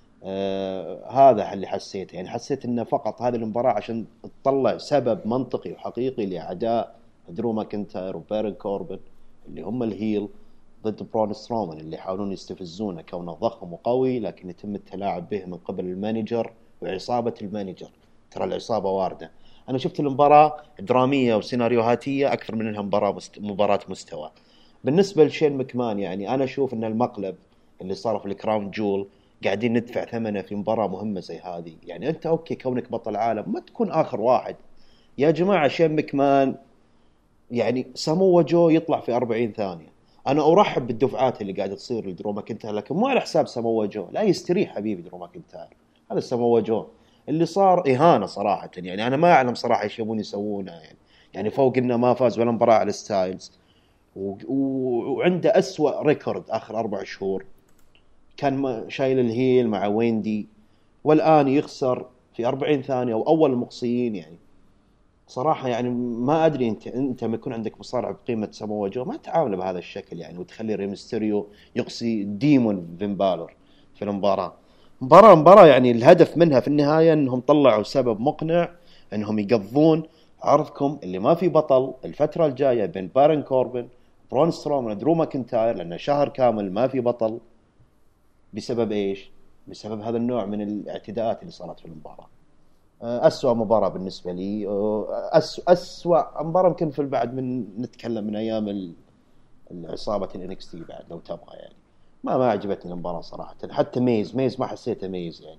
آه هذا اللي حسيته يعني، حسيت انه فقط هذه المباراة عشان تطلع سبب منطقي وحقيقي لأعداء درو ماكنتاير وبارن كوربن اللي هم الهيل ضد برون سترومان اللي يحاولون يستفزونه كونه ضخم وقوي، لكن يتم التلاعب به من قبل المانجر وعصابة المانجر. ترى العصابة واردة. أنا شفت المباراة درامية وسيناريوهاتية أكثر من أنها مباراة مست... مباراة مستوى. بالنسبة لشين مكمان يعني أنا أشوف أن المقلب اللي صار في الكراون جول قاعدين ندفع ثمنه في مباراة مهمة زي هذه يعني. أنت أوكي كونك بطل عالم ما تكون آخر واحد يا جماعة. شين مكمان يعني ساموا جو يطلع في أربعين ثانية. أنا أرحب بالدفعات اللي قاعدة تصير لدرو ماكنتاير، لكن مو على حساب ساموا جو. لا يستريح حبيبي درو ماكنتاير، هذا ساموا جو اللي صار إهانة صراحة يعني. أنا ما أعلم صراحة إيش يبون يسوونه يعني. يعني فوق إنه ما فاز ولا مباراة على ستايلز و... و... وعنده أسوأ ريكورد آخر أربع شهور، كان شايل الهيل مع ويندي والآن يخسر في أربعين ثانية وأول المقصيين يعني. صراحة يعني ما أدري أنت أنت ما يكون عندك مصارع بقيمة ساموا جو ما تعامله بهذا الشكل يعني، وتخلي ريمستيريو يقصي ديمون فين بالور في المباراة. مباراة مباراة يعني الهدف منها في النهاية أنهم طلعوا سبب مقنع أنهم يقضون عرضكم اللي ما في بطل الفترة الجاية بين بارن كوربن برون سترومان ودرو ماكنتاير، لأنه شهر كامل ما في بطل بسبب إيش؟ بسبب هذا النوع من الاعتداءات اللي صارت في المباراة. أسوأ مباراة بالنسبة لي، أسوأ, أسوأ مباراة يمكن في البعد من نتكلم من أيام العصابة ال إن إكس تي بعد لو تبغى يعني. ما ما عجبتني المباراة صراحة. حتى ميز ميز ما حسيته ميز يعني.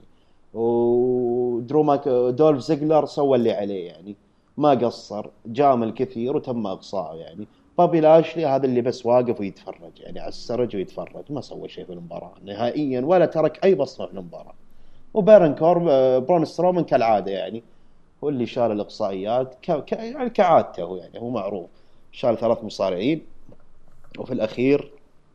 ودرو ماك دولف زيجلر سوى اللي عليه يعني، ما قصر، جامل كثير وتم إقصاءه يعني. بابي لاشلي هذا اللي بس واقف ويتفرج يعني على السرج ويتفرج، ما سوى شيء في المباراة نهائيا ولا ترك أي بصمة في المباراة. وبارن كورب برون سترومان كالعادة يعني هو اللي شال الإقصائيات ك... ك... يعني كعادته يعني، هو معروف شال ثلاث مصارعين وفي الأخير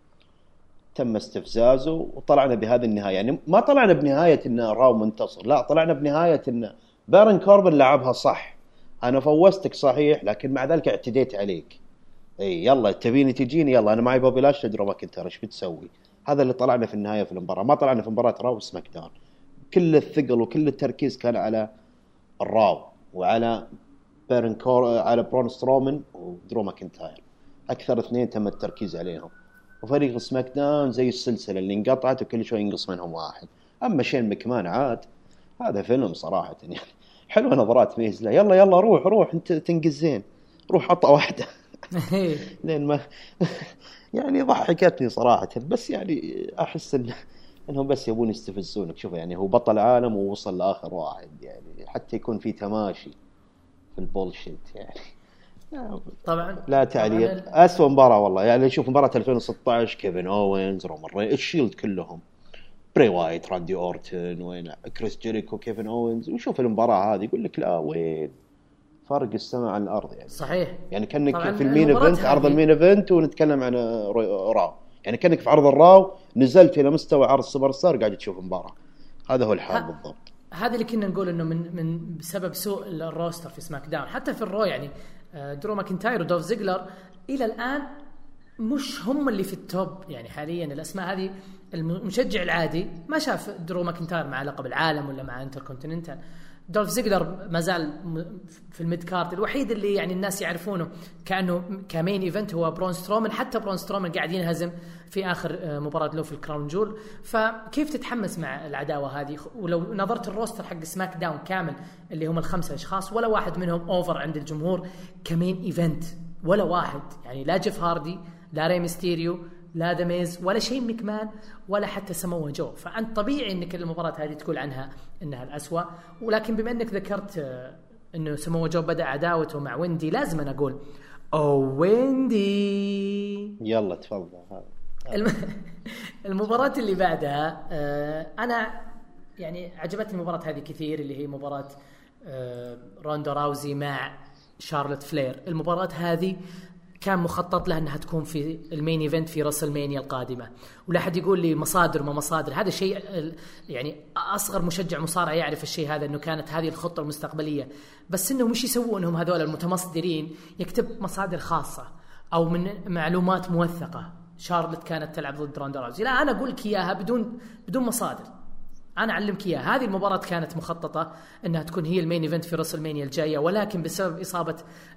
تم استفزازه وطلعنا بهذه النهاية يعني. ما طلعنا بنهاية إن راو منتصر، لا طلعنا بنهاية إن بارن كوربن لعبها صح، أنا فوزتك صحيح لكن مع ذلك اعتديت عليك. اي يلا تبيني تجيني يلا انا معي بوبي لاش تدرو ماكنتاير ايش بتسوي. هذا اللي طلعنا في النهايه في المباراه. ما طلعنا في مباراه راو سماك داون. كل الثقل وكل التركيز كان على الراو وعلى بارن كور على برون سترومان ودرو ماكنتاير، اكثر اثنين تم التركيز عليهم. وفريق سماك داون زي السلسله اللي انقطعت وكل شوي ينقص منهم واحد. اما شين مكمان عاد هذا فيلم صراحه يعني. حلوه نظرات ميز له، يلا يلا روح روح انت تنقز زين، روح عطى واحده لين ما يعني ضحكتني صراحة. بس يعني أحس إن إنهم بس يبون يستفزونك. شوف يعني هو بطل عالم ووصل لآخر واحد يعني، حتى يكون في تماشي في البولشيت يعني. طبعا لا تعليق. أسوأ مباراة والله يعني. شوف مباراة ألفين وستة عشر كيفن أوينز رومان رينز الشيلد كلهم، بري وايت راندي أورتن وين كريس جيريكو كيفن أوينز، وشوف المباراة هذه يقول لك لا وين فرق السماء عن الأرض يعني. صحيح يعني كأنك في المين إيفنت عرض المين إيفنت ونتكلم عن راو يعني، كأنك في عرض الراو نزلت إلى مستوى عرض سوبر ستار قاعد تشوف مباراة. هذا هو الحال بالضبط. هذا اللي كنا نقول إنه من من بسبب سوء الروستر في سماك داون. حتى في الرو يعني درو ماكنتاير ودولف زيجلر إلى الآن مش هم اللي في التوب يعني حاليا. الأسماء هذه المشجع العادي ما شاف درو ماكنتاير مع لقب العالم ولا مع انتركونتيننتال. دولف زيجلر ما زال في الميد كارد. الوحيد اللي يعني الناس يعرفونه كأنه كمين إيفنت هو برون سترومان. حتى برون سترومان قاعد ينهزم في آخر مباراة له في الكراون جول. فكيف تتحمس مع العداوة هذه؟ ولو نظرت الروستر حق سماك داون كامل اللي هم الخمسة أشخاص ولا واحد منهم أوفر عند الجمهور كمين إيفنت، ولا واحد يعني. لا جيف هاردي، لا ري ميستيريو، لا دميز، ولا شيء مكمان، ولا حتى سمو جو. فأنت طبيعي أنك المباراة هذه تقول عنها أنها الأسوأ. ولكن بما أنك ذكرت أنه سمو جو بدأ عداوته مع ويندي، لازم أنا أقول أو ويندي. يلا تفضل. الم... المباراة اللي بعدها آه أنا يعني عجبتني المباراة هذه كثير، اللي هي مباراة آه روندا راوزي مع شارلوت فلير. المباراة هذه كان مخطط لها أنها تكون في المين إيفنت في راسلمانيا القادمة، ولا حد يقول لي مصادر ما مصادر، هذا شيء يعني أصغر مشجع مصارعة يعرف الشيء هذا، أنه كانت هذه الخطة المستقبلية. بس أنه مش يسوون أنهم هذول المتمصدرين يكتب مصادر خاصة أو من معلومات موثقة شارلوت كانت تلعب ضد روندا راوزي. لا، أنا أقول لك إياها بدون بدون مصادر، أنا أعلمك إياها. هذه المباراة كانت مخططة أنها تكون هي المين إيفنت في راسلمانيا الجاية، ولكن بسبب إصابة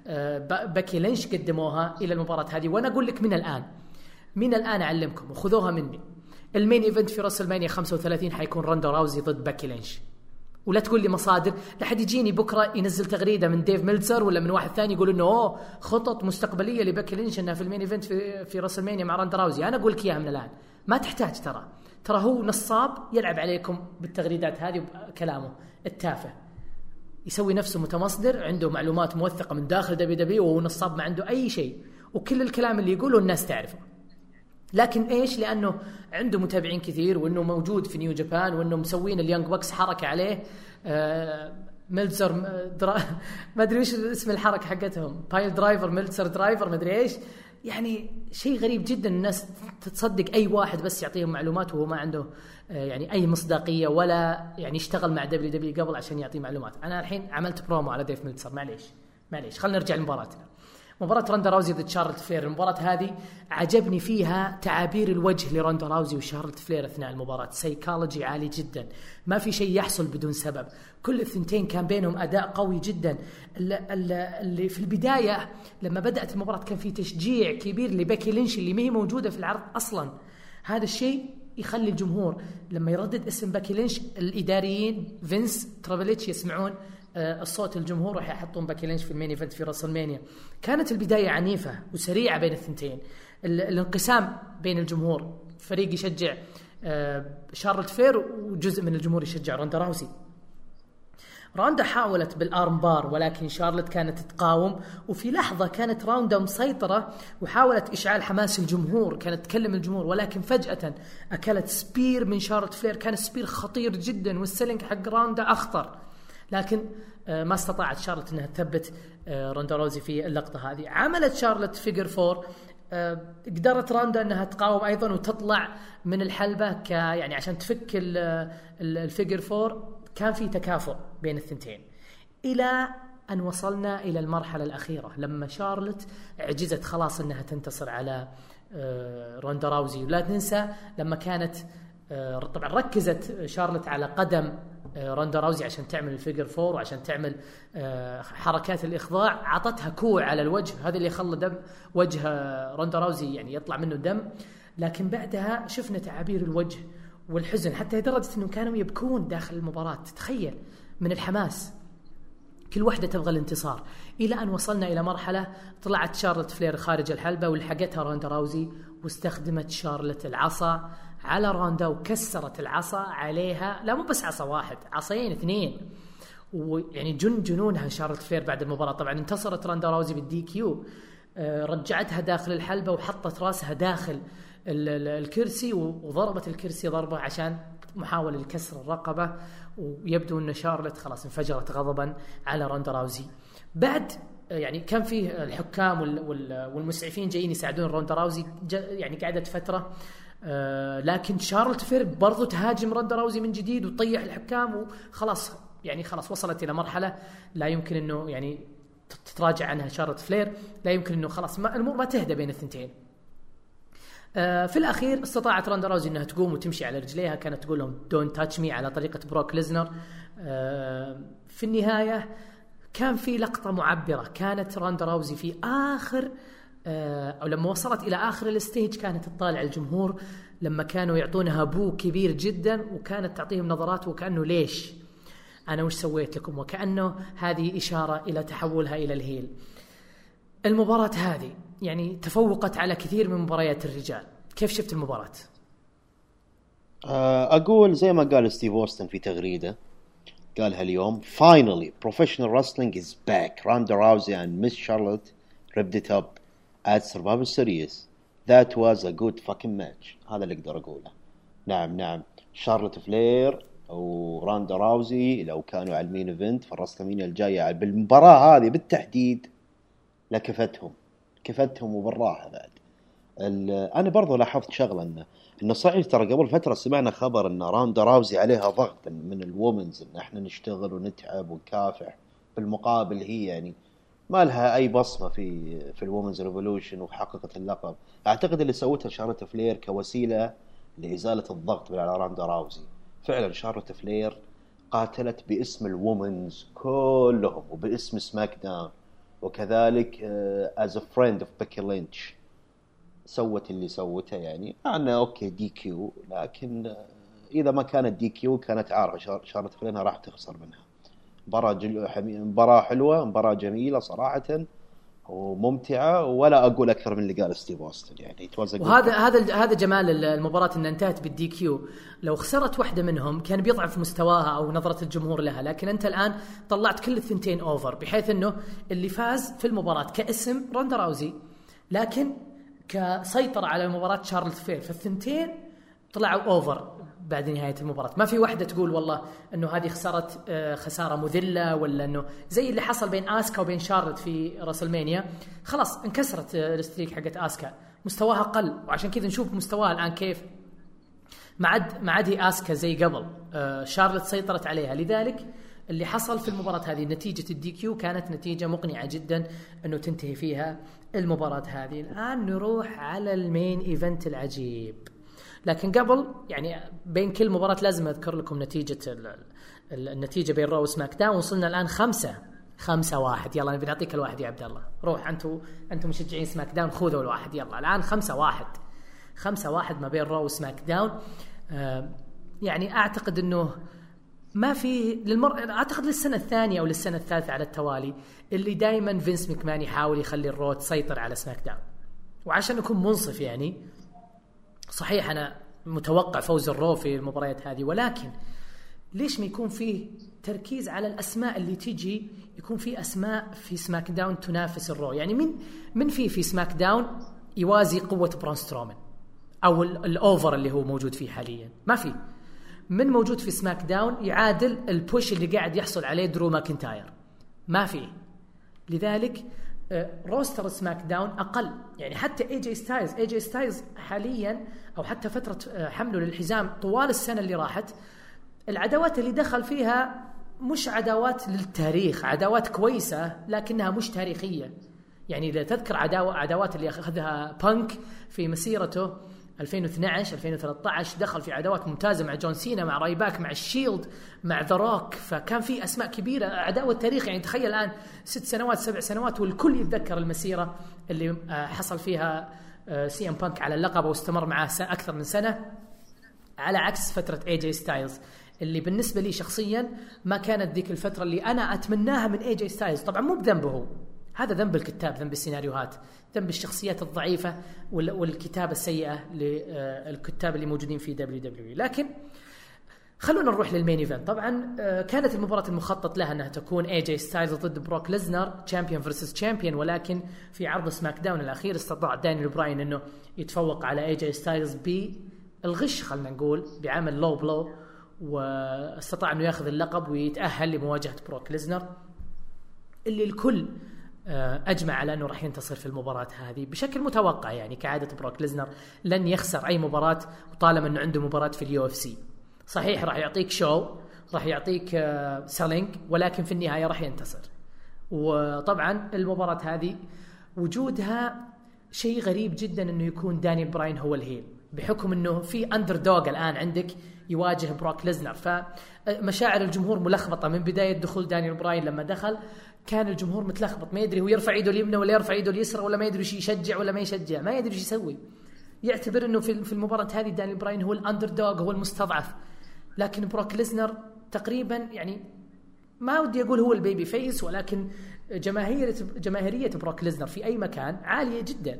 باكي لينش قدموها إلى المباراة هذه. وأنا أقول لك من الآن من الآن أعلمكم وخذوها مني، المين إيفنت في راسلمانيا خمسة وثلاثين حيكون روندا راوزي ضد باكي لينش. ولا تقول لي مصادر، لحد يجيني بكرة ينزل تغريدة من ديف ميلتزر ولا من واحد ثاني يقول إنه أوه خطط مستقبلية لباكي لينش أنها في المين إيفنت في في راسلمانيا مع روندا راوزي. أنا أقول لك إياها من الآن، ما تحتاج، ترى ترى هو نصاب يلعب عليكم بالتغريدات هذه وكلامه التافه، يسوي نفسه متمصدر عنده معلومات موثقة من داخل دبليو دبليو، وهو نصاب ما عنده أي شيء، وكل الكلام اللي يقوله الناس تعرفه. لكن إيش؟ لأنه عنده متابعين كثير، وإنه موجود في نيو جابان، وإنه مسوين اليانج بوكس حركة عليه. آه ميلتزر درا... ما أدري إيش اسم الحركة حقتهم، بايل درايفر ميلتزر درايفر ما أدري إيش، يعني شيء غريب جدا. الناس تتصدق أي واحد بس يعطيهم معلومات وهو ما عنده يعني أي مصداقية، ولا يعني يشتغل مع دبليو دبليو قبل عشان يعطي معلومات. أنا الحين عملت برومو على ديف ميلتزر، معليش معليش خلينا نرجع لمباراتنا. مباراة روندا راوزي ضد شارلوت فلير. المباراة هذه عجبني فيها تعابير الوجه لروندا راوزي وشارلوت فلير أثناء المباراة، سايكولوجي عالي جدا، ما في شيء يحصل بدون سبب. كل الثنتين كان بينهم أداء قوي جدا. اللي في البداية لما بدأت المباراة كان في تشجيع كبير لباكي لينش اللي ما هي موجودة في العرض أصلا. هذا الشيء يخلي الجمهور لما يردد اسم باكي لينش، الإداريين فينس ترافيليتش يسمعون الصوت الجمهور راح يحطون باكي لينش في المين إيفنت في راسلمانيا. كانت البداية عنيفة وسريعة بين الثنتين، الانقسام بين الجمهور، فريق يشجع شارلوت فلير وجزء من الجمهور يشجع روندا راوزي. روندا حاولت بالارم بار، ولكن شارلوت كانت تقاوم، وفي لحظة كانت روندا مسيطرة وحاولت إشعال حماس الجمهور، كانت تكلم الجمهور، ولكن فجأة أكلت سبير من شارلوت فلير، كان سبير خطير جدا، والسيلينج حق روندا أخطر، لكن ما استطاعت شارلوت أنها تثبت روندا راوزي في اللقطة هذه. عملت شارلوت فيجر فور، قدرت روندا أنها تقاوم أيضا وتطلع من الحلبة ك يعني عشان تفك الفيجر فور. كان في تكافؤ بين الثنتين إلى أن وصلنا إلى المرحلة الأخيرة لما شارلوت عجزت خلاص أنها تنتصر على روندا راوزي. ولا ننسى لما كانت طبعا ركزت شارلوت على قدم روندا راوزي عشان تعمل الفيجر فور وعشان تعمل حركات الإخضاع، عطتها كوع على الوجه، هذا اللي خلى دم وجه روندا راوزي يعني يطلع منه دم. لكن بعدها شفنا تعابير الوجه والحزن، حتى لدرجة أنهم كانوا يبكون داخل المباراة، تتخيل من الحماس، كل واحدة تبغى الانتصار. إلى أن وصلنا إلى مرحلة طلعت شارلوت فلير خارج الحلبة ولحقتها روندا راوزي، واستخدمت شارلوت العصا على روندا وكسرت العصا عليها، لا مو بس عصا واحد، عصاين اثنين، ويعني جن جنونها شارلوت فلير بعد المباراة. طبعا انتصرت روندا راوزي بالدي كيو، رجعتها داخل الحلبة وحطت راسها داخل الكرسي وضربت الكرسي ضربة عشان محاولة لكسر الرقبة، ويبدو أن شارلوت خلاص انفجرت غضبا على روندا راوزي. بعد يعني كان فيه الحكام والمسعفين جايين يساعدون روندا راوزي، يعني قعدت فترة، لكن شارلوت فلير برضو تهاجم روندا راوزي من جديد وتطيح الحكام، وخلاص يعني خلاص وصلت إلى مرحلة لا يمكن أنه يعني تتراجع عنها شارلوت فلير، لا يمكن أنه خلاص ما الأمور ما تهدى بين الثنتين. في الأخير استطاعت روندا راوزي أنها تقوم وتمشي على رجليها، كانت تقول لهم دون تاتش مي على طريقة بروك ليزنر. في النهاية كان في لقطة معبرة، كانت روندا راوزي في آخر أو لما وصلت إلى آخر الستيج كانت تطالع الجمهور لما كانوا يعطونها بو كبير جدا، وكانت تعطيهم نظرات وكأنه ليش أنا وش سويت لكم، وكأنه هذه إشارة إلى تحولها إلى الهيل. المباراة هذه يعني تفوقت على كثير من مباريات الرجال. كيف شفت المباراة؟ أقول زي ما قال ستيف أوستن في تغريدة قالها اليوم: Finally, professional wrestling is back. Ronda Rousey and Miss Charlotte ripped it up at Survivor Series. That was a good fucking match. هذا اللي أقدر أقوله. نعم نعم شارلوت فلير وراندا راوزي لو كانوا على المين ايفنت في الرسلمانيا الجاية بالمباراة هذه بالتحديد لكفتهم كفتهم وبالراحة بعد. أنا برضو لاحظت شغلة إنه إنه صحيح ترى قبل فترة سمعنا خبر إن راندا راوزي عليها ضغط من الوومنز إن إحنا نشتغل ونتعب ونكافح. بالمقابل هي يعني ما لها أي بصمة في في الوومنز ريفولوشن وحققت اللقب. أعتقد اللي سوتها شارلوت فلير كوسيلة لإزالة الضغط على راندا راوزي. فعلا شارلوت فلير قاتلت باسم الوومنز كلهم وباسم سماك داون وكذلك uh, as a friend of Becky Lynch سوت اللي سوته. يعني أنا أوكي دي كيو لكن إذا ما كانت دي كيو كانت عارفة شارلوت فلير راح تخسر منها. مباراة جل... مباراة حلوة مباراة جميلة صراحة وممتعة ولا أقول أكثر من اللي قال ستيف أوستن. يعني وهذا هذا هذا جمال المباراة إن انتهت بالدي كيو. لو خسرت واحدة منهم كان بيضعف مستواها أو نظرة الجمهور لها، لكن أنت الآن طلعت كل الثنتين أوفر بحيث إنه اللي فاز في المباراة كاسم راندا راوزي لكن كسيطرة على المباراة شارلوت فلير، فالثنتين طلعوا أوفر بعد نهاية المباراة. ما في واحدة تقول والله إنه هذه خسارة خسارة مذلة ولا إنه زي اللي حصل بين آسكا وبين شارلوت في راسلمانيا. خلاص انكسرت الستريك حقت آسكا، مستواها قل، وعشان كذا نشوف مستواها الآن كيف ما عاد ما عاد هي آسكا زي قبل. شارلوت سيطرت عليها، لذلك اللي حصل في المباراة هذه نتيجة الدي كيو كانت نتيجة مقنعة جدا إنه تنتهي فيها المباراة هذه. الآن نروح على المين إيفنت العجيب، لكن قبل يعني بين كل مباراة لازم أذكر لكم نتيجة النتيجة بين رو وسماك داون. وصلنا الآن خمسة خمسة واحد. يلا نبي نعطيك الواحد يا عبد الله. روح أنتوا أنتوا مشجعين سماك داون خذوا الواحد. يلا الآن خمسة واحد خمسة واحد ما بين رو وسماك داون. آه يعني أعتقد إنه ما في للمر أعتقد للسنة الثانية أو للسنة الثالثة على التوالي اللي دائما فينس مكمان يحاول يخلي الرو تسيطر على سماك داون. وعشان أكون منصف يعني صحيح أنا متوقع فوز الرو في المباريات هذه، ولكن ليش ما يكون فيه تركيز على الأسماء اللي تيجي؟ يكون فيه أسماء في سماك داون تنافس الرو. يعني من من في في سماك داون يوازي قوة برون سترومان أو الأوفر اللي هو موجود فيه حاليا؟ ما في. من موجود في سماك داون يعادل البوش اللي قاعد يحصل عليه درو ماكنتاير؟ ما في. لذلك روستر سماك داون أقل. يعني حتى اي جي ستايلز اي جي ستايلز حاليا أو حتى فترة حمله للحزام طوال السنة اللي راحت العداوات اللي دخل فيها مش عداوات للتاريخ، عداوات كويسة لكنها مش تاريخية. يعني إذا تذكر عداوة عداوات اللي أخذها بانك في مسيرته ألفين واثني عشر ألفين وثلاثة عشر دخل في عداوات ممتازة مع جون سينا مع رايباك مع الشيلد مع ذا روك، فكان في أسماء كبيرة عداوة تاريخ. يعني تخيل الآن ست سنوات سبع سنوات والكل يتذكر المسيرة اللي حصل فيها سي ام بانك على اللقب واستمر معاه أكثر من سنة، على عكس فترة اي جي ستايلز اللي بالنسبة لي شخصيا ما كانت ذيك الفترة اللي أنا أتمناها من اي جي ستايلز. طبعا مو بذنبه هو، هذا ذنب الكتاب، ذنب السيناريوهات، ذنب الشخصيات الضعيفة والكتابة السيئة للكتاب اللي موجودين في دبليو دبليو. لكن خلونا نروح للمين ايفنت. طبعا كانت المباراة المخطط لها أنها تكون اي جي ستايلز ضد بروك ليزنر تشامبيون فيرسس تشامبيون، ولكن في عرض سماك داون الأخير استطاع دانيال براين أنه يتفوق على اي جي ستايلز بالغش، خلنا نقول بعمل لو بلو، واستطاع أنه يأخذ اللقب ويتأهل لمواجهة بروك ليزنر اللي الكل أجمع على أنه راح ينتصر في المباراة هذه بشكل متوقع. يعني كعادة بروك ليزنر لن يخسر أي مباراة وطالما أنه عنده مباراة في اليو اف سي. صحيح راح يعطيك شو، راح يعطيك سيلينج، ولكن في النهاية راح ينتصر. وطبعا المباراة هذه وجودها شيء غريب جدا أنه يكون دانيال براين هو الهيل، بحكم أنه في أندر دوغ الآن عندك يواجه بروك ليزنر. فمشاعر الجمهور ملخبطة من بداية دخول دانيال براين. لما دخل كان الجمهور متلخبط، ما يدري هو يرفع يده اليمنى ولا يرفع يده اليسرى، ولا ما يدري ايش يشجع ولا ما يشجع، ما يدري ايش يسوي. يعتبر انه في في المباراه هذه دانيال براين هو الاندر دوغ، هو المستضعف. لكن بروك ليزنر تقريبا يعني ما ودي اقول هو البيبي فيس، ولكن جماهيريه جماهيريه بروك ليزنر في اي مكان عاليه جدا.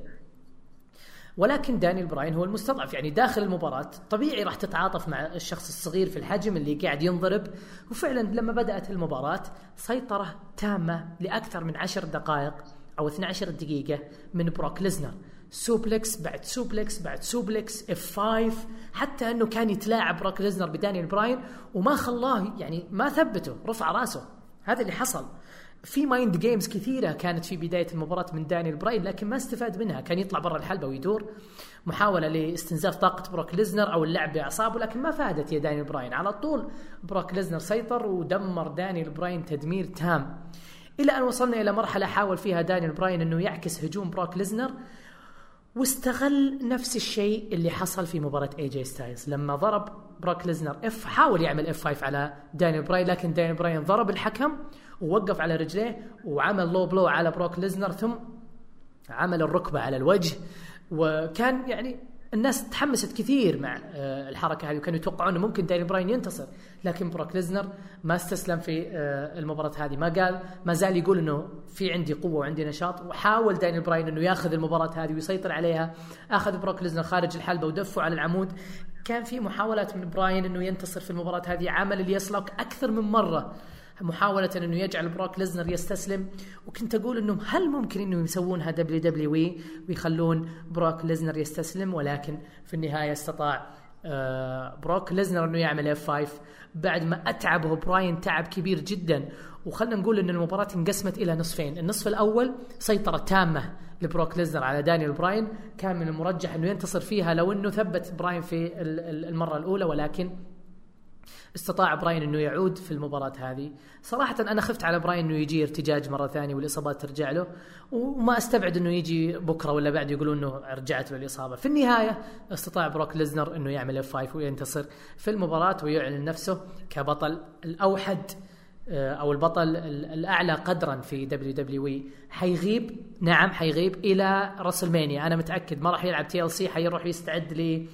ولكن دانيال براين هو المستضعف. يعني داخل المباراة طبيعي راح تتعاطف مع الشخص الصغير في الحجم اللي قاعد ينضرب. وفعلا لما بدأت المباراة سيطرة تامة لأكثر من عشر دقائق أو اثنتي عشرة دقيقة من بروك ليزنر، سوبلكس بعد سوبلكس بعد سوبلكس اف خمسة، حتى أنه كان يتلاعب بروك ليزنر بدانيال براين وما خلاه، يعني ما ثبته، رفع راسه. هذا اللي حصل. في مايند جيمز كثيرة كانت في بداية المباراة من دانيال براين لكن ما استفاد منها، كان يطلع برا الحلبة ويدور، محاولة لاستنزاف طاقة بروك ليزنر أو اللعب بأعصابه، لكن ما فادت يا دانيال براين. على طول بروك ليزنر سيطر ودمر دانيال براين تدمير تام، إلى أن وصلنا إلى مرحلة حاول فيها دانيال براين أنه يعكس هجوم بروك ليزنر، واستغل نفس الشيء اللي حصل في مباراة اي جي ستايلز لما ضرب بروك ليزنر اف، حاول يعمل اف خمسة على دانيال براين، لكن دانيال براين ضرب الحكم ووقف على رجليه وعمل لو بلو على بروك ليزنر، ثم عمل الركبة على الوجه. وكان يعني الناس تحمست كثير مع الحركة هذه، وكانوا يتوقعون أنه ممكن دانيال براين ينتصر، لكن بروك ليزنر ما استسلم في المباراة هذه، ما قال، ما زال يقول أنه في عندي قوة وعندي نشاط، وحاول دانيال براين أنه يأخذ المباراة هذه ويسيطر عليها. أخذ بروك ليزنر خارج الحلبة ودفه على العمود. كان في محاولات من براين أنه ينتصر في المباراة هذه، عمل اليسلوك أكثر من مرة محاولة أنه يجعل بروك ليزنر يستسلم، وكنت أقول أنه هل ممكن أنه يسوونها دبليو دبليو إي ويخلون بروك ليزنر يستسلم، ولكن في النهاية استطاع بروك ليزنر أنه يعمل اف خمسة بعد ما أتعبه براين تعب كبير جدا. وخلنا نقول أن المباراة انقسمت إلى نصفين، النصف الأول سيطرة تامة لبروك ليزنر على دانيال براين، كان من المرجح أنه ينتصر فيها لو أنه ثبت براين في المرة الأولى، ولكن استطاع براين أنه يعود في المباراة هذه. صراحة أنا خفت على براين أنه يجي ارتجاج مرة ثانية والإصابات ترجع له، وما استبعد أنه يجي بكرة ولا بعد يقولون أنه رجعت له الإصابة. في النهاية استطاع بروك ليزنر أنه يعمل اف خمسة وينتصر في المباراة ويعلن نفسه كبطل الأوحد أو البطل الأعلى قدرا في دبليو دبليو إي. حيغيب، نعم حيغيب إلى راسلمانيا، أنا متأكد ما راح يلعب تي ال سي، حيروح يستعد ل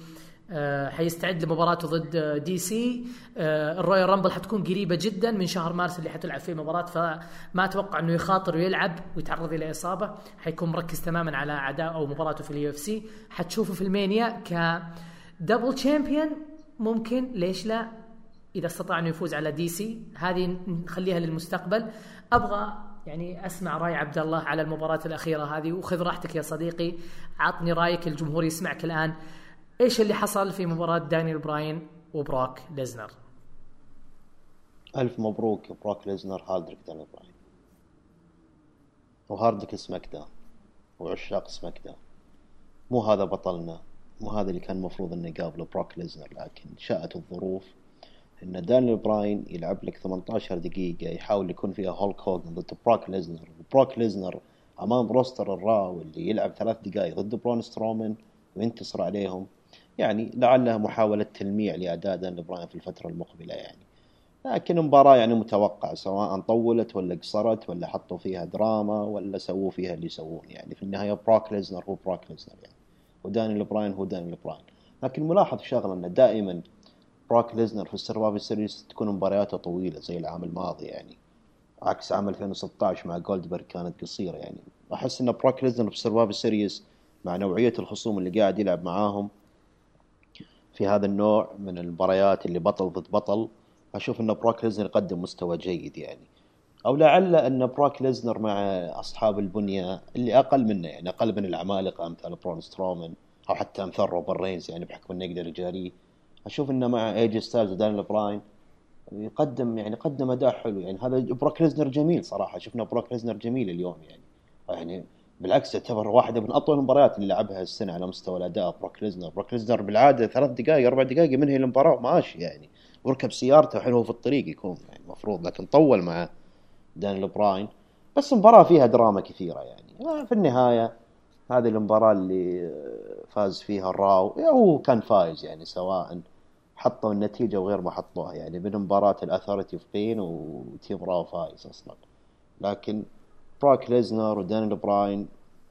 حيستعد لمباراته ضد دي سي. الرويال رامبل حتكون قريبة جدا من شهر مارس اللي حتلعب فيه المباراة، فما أتوقع أنه يخاطر ويلعب ويتعرض إلى إصابة، حيكون مركز تماما على أعداء أو مباراته في اليو اف سي. حتشوفه في المانيا كدبل تشامبيون، ممكن ليش لا إذا استطاع أنه يفوز على دي سي، هذه نخليها للمستقبل. أبغى يعني أسمع رأي عبد الله على المباراة الأخيرة هذه، وخذ راحتك يا صديقي، عطني رأيك، الجمهور يسمعك الآن. إيش اللي حصل في مباراة دانيال براين وبروك ليزنر؟ ألف مبروك بروك ليزنر، هاردك دانيال براين، وهاردك سماك داون وعشاق سماك داون. مو هذا بطلنا، مو هذا اللي كان المفروض انه يقابله بروك ليزنر، لكن شاءت الظروف ان دانيال براين يلعب لك ثمانية عشر دقيقة يحاول يكون فيها هولك هوجن ضد بروك ليزنر، وبروك ليزنر امام روستر الراو اللي يلعب ثلاث دقائق ضد برون سترومان وينتصر عليهم. يعني لعلها محاولة تلميع لأداء دانيال براين في الفترة المقبلة يعني، لكن مباراة يعني متوقع، سواء طولت ولا قصرت ولا حطوا فيها دراما ولا سووا فيها اللي يسوون. يعني في النهاية بروك ليزنر هو بروك ليزنر يعني، ودانيال براين هو دانيال براين. لكن ملاحظ شغلة أن دائما بروك ليزنر في السرفايفر سيريز تكون مبارياته طويلة زي العام الماضي، يعني عكس عام ألفين وستة عشر مع جولدبرغ كانت قصيرة. يعني أحس أن بروك ليزنر في السرفايفر سيريز مع نوعية الخصوم اللي قاعد يلعب معاهم في هذا النوع من المباريات اللي بطل ضد بطل، أشوف أن بروك ليزنر يقدم مستوى جيد يعني. أو لعل أن بروك ليزنر مع أصحاب البنية اللي أقل منه، يعني أقل من العمالقة أمثال برون سترومان أو حتى أمثال روبن رينز، يعني بحكم أنه يقدر يجاريه. أشوف أنه مع ايجي ستايلز ودانيال براين يقدم يعني قدم أداء حلو. يعني هذا بروك ليزنر جميل صراحة، شفنا بروك ليزنر جميل اليوم يعني. يعني بالعكس يعتبر واحدة من أطول المباريات اللي لعبها السنة على مستوى الأداء. بروك ليزنر بروك ليزنر بالعادة ثلاث دقائق أربع دقائق منهي المباراة ماشي يعني، وركب سيارته حلوه في الطريق يكون يعني مفروض، لكن طول مع دانيال براين. بس مباراة فيها دراما كثيرة يعني. في النهاية هذه المباراة اللي فاز فيها الراو هو كان فايز يعني، سواء حطوا النتيجة وغير ما حطوها يعني، بين مباراة الأثوريتي اوف بين وتيم راو فايز أصلا. لكن بروك ليزنر ودانيال براين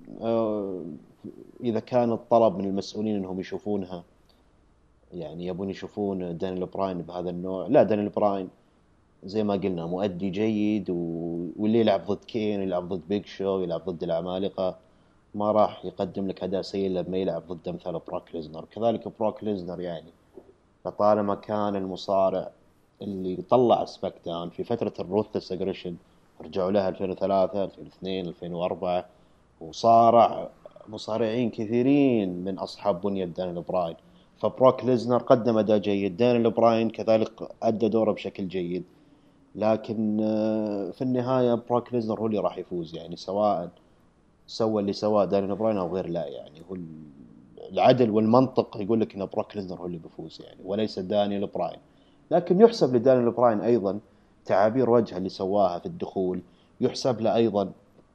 إذا كان الطلب من المسؤولين أنهم يشوفونها يعني يبون يشوفون دانيال براين بهذا النوع، لا، دانيال براين زي ما قلنا مؤدي جيد، واللي يلعب ضد كين يلعب ضد بيج شو يلعب ضد العمالقة ما راح يقدم لك أداء سيء لما يلعب ضد أمثال بروك ليزنر. كذلك بروك ليزنر يعني لطالما كان المصارع اللي طلع سماك داون في فترة الروثلس أجريشن، رجعوا لها ألفين وثلاثة ألفين واثنين ألفين وأربعة، وصارع مصارعين كثيرين من أصحاب بنية دانيال براين. فبروك ليزنر قدم أداء جيد، دانيال براين كذلك أدى دوره بشكل جيد، لكن في النهاية بروك ليزنر هو اللي راح يفوز يعني، سواء سوى اللي سواه دانيال براين أو غير لا يعني. هو العدل والمنطق يقول لك إن بروك ليزنر هو اللي بيفوز يعني، وليس دانيال براين. لكن يحسب لدانيال براين أيضا تعابير وجهه اللي سواها في الدخول، يحسب له أيضا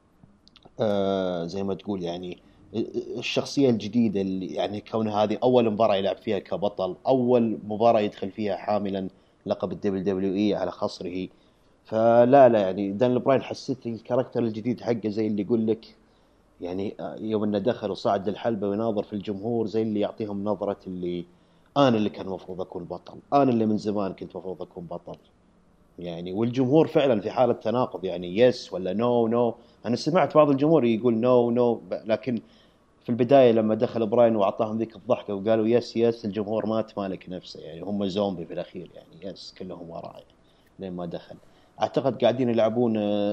آه زي ما تقول يعني الشخصية الجديدة اللي يعني كون هذه أول مباراة يلعب فيها كبطل، أول مباراة يدخل فيها حاملا لقب الدبليو دبليو إي على خصره. فلا لا يعني دانيال براين حسيت الكاركتر الجديد حقه زي اللي يقول لك يعني يوم انه دخل وصعد للحلبة ويناظر في الجمهور زي اللي يعطيهم نظرة اللي أنا اللي كان مفروض أكون بطل، أنا اللي من زمان كنت مفروض أكون بطل يعني. والجمهور فعلا في حالة تناقض يعني، يس ولا نو نو. أنا سمعت بعض الجمهور يقول نو نو، لكن في البداية لما دخل براين وعطاهم ذيك الضحكة وقالوا يس يس، الجمهور ما تمالك نفسه يعني، هم زومبي في الأخير يعني، يس كلهم وراء يعني لين ما دخل. أعتقد قاعدين يلعبون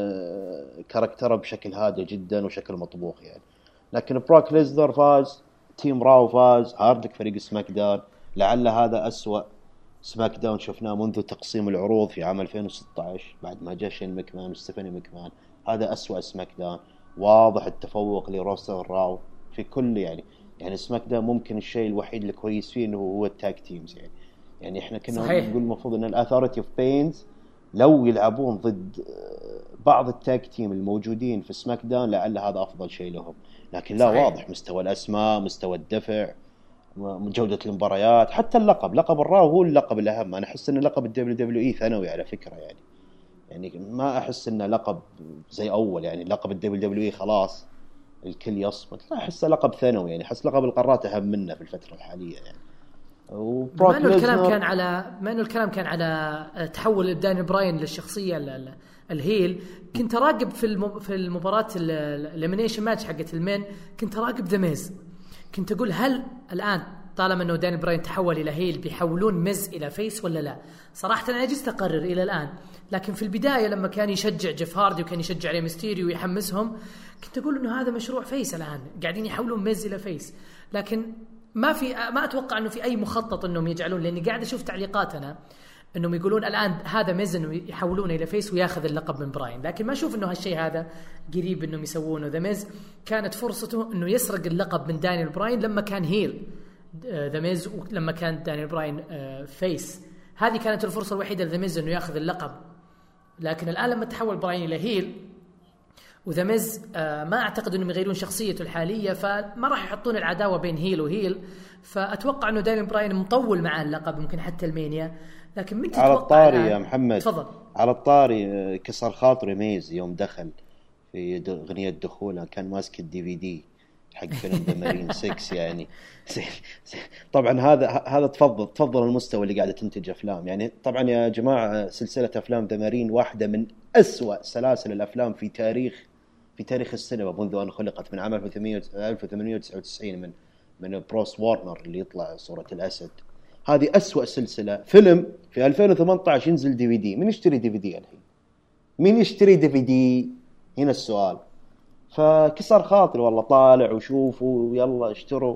كاركتره بشكل هادئ جدا وشكل مطبوخ يعني. لكن بروك ليزنر فاز، تيم راو فاز، هاردك فريق سماك داون. لعل هذا أسوأ سماك داون شفناه منذ تقسيم العروض في عام ألفين وستة عشر بعد ما جاء شين مكمان وستيفاني مكمان. هذا أسوأ سماك داون، واضح التفوق لروستر راو في كل يعني. يعني سماك داون ممكن الشيء الوحيد اللي كويس فيه إنه هو التاج تيمز يعني. يعني إحنا كنا نقول المفروض إن الأثاريتي أوف بينز لو يلعبون ضد بعض التاج تيم الموجودين في سماك داون لعل هذا أفضل شيء لهم. لكن لا، صحيح. واضح مستوى الأسماء، مستوى الدفع، من جودة المباريات، حتى اللقب لقب الراو هو اللقب الأهم. أنا أحس إن لقب الدبليو دبليو إي ثانوي على فكرة يعني. يعني ما أحس إنه لقب زي أول يعني، لقب الدبليو دبليو إي خلاص الكل يصمت، لا أحس لقب ثانوي يعني. أحس لقب القارات أهم منه في الفترة الحالية يعني. بما إنه الكلام كان على ما إنه الكلام كان على تحول دانيال براين للشخصية الهيل، كنت راقب في في المباراة الإليمينيشن ماتش حقت المين، كنت راقب ذا ميز. كنت أقول هل الآن طالما أنه دانيال براين تحول إلى هيل بيحولون ميز إلى فيس ولا لا؟ صراحة أنا عجزت أقرر إلى الآن. لكن في البداية لما كان يشجع جيف هاردي وكان يشجع ري ميستيريو ويحمسهم، كنت أقول إنه هذا مشروع فيس، الآن قاعدين يحولون ميز إلى فيس. لكن ما في ما أتوقع إنه في أي مخطط إنهم يجعلون، لأني قاعد أشوف تعليقاتنا إنهم يقولون الآن هذا ميز إنه يحولونه إلى فيس ويأخذ اللقب من براين. لكن ما أشوف إنه هالشيء هذا قريب إنهم يسوونه. ذا ميز كانت فرصته إنه يسرق اللقب من دانيال براين لما كان هيل ذا ميز، ولما كان دانيال براين فيس هذه كانت الفرصة الوحيدة لذا ميز إنه يأخذ اللقب. لكن الآن لما تحول براين إلى هيل وذا ميز ما أعتقد إنهم يغيرون شخصيته الحالية، فما راح يحطون العداوة بين هيل وهيل. فأتوقع إنه دانيال براين مطول مع اللقب ممكن حتى المانيا. لكن من تتوقع على الطاري يا محمد، تفضل. على الطاري كسر خاطري ميز يوم دخل في أغنية دخوله كان ماسك الدي في دي حق فيلم ذا مارين ستة يعني. طبعا هذا هذا تفضل تفضل المستوى اللي قاعدة تنتج أفلام يعني. طبعا يا جماعة سلسلة أفلام ذا مارين واحدة من أسوأ سلاسل الأفلام في تاريخ في تاريخ السينما منذ أن خلقت، من عام ألف وثمانمائة وتسعة وتسعين من من بروس وارنر اللي يطلع صورة الأسد. هذه أسوأ سلسلة. فيلم في ألفين وثمانية عشر ينزل دي في دي، مين يشتري دي في دي الحين؟ مين يشتري دي في دي؟ هنا السؤال. فكسر خاطر والله، طالع وشوفوا ويلا اشتروا.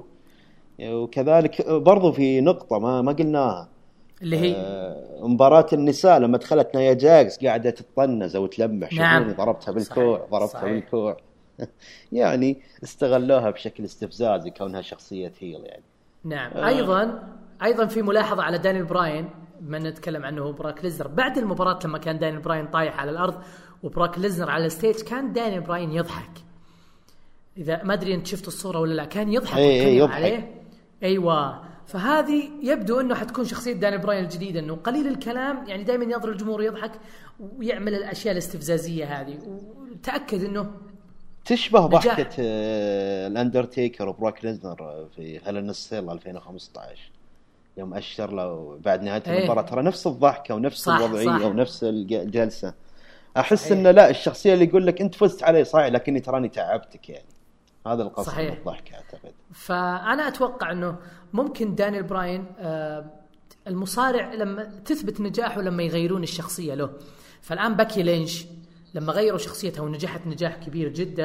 وكذلك برضو في نقطة ما ما قلناها اللي هي آه مباراة النساء لما دخلت نايا جاكس قاعدة تتطنز أو تلمح. نعم. شوفوني ضربتها بالكوع، صحيح. ضربتها صحيح. بالكوع. يعني استغلوها بشكل استفزازي كونها شخصية هيل يعني. نعم. آه. أيضا أيضا في ملاحظة على دانيال براين ما نتكلم عنه هو براك ليزنر. بعد المباراة لما كان دانيال براين طايح على الأرض وبراك ليزنر على الستيج، كان دانيال براين يضحك. إذا ما أدري أنت شفت الصورة ولا لا، كان يضحك أي يضحك عليه. أيوة. فهذه يبدو أنه حتكون شخصية دانيال براين الجديدة، أنه قليل الكلام يعني، دائما ينظر الجمهور يضحك ويعمل الأشياء الاستفزازية هذه. وتأكد أنه تشبه ضحكة الأندرتيكر وبراك ليزنر في هل النسيل ألفين وخمسة عشر يوم أشر له بعد نهاية المباراة. ترى نفس الضحكة ونفس صح الوضعية صح. ونفس الجلسة. أحس إنه لا، الشخصية اللي يقول لك أنت فزت علي صحيح لكني تراني تعبتك يعني. هذا القصد من الضحك أعتقد. فأنا أتوقع أنه ممكن دانيال براين المصارع لما تثبت نجاحه لما يغيرون الشخصية له. فالآن باكي لينش لما غيروا شخصيتها ونجحت نجاح كبير جدا،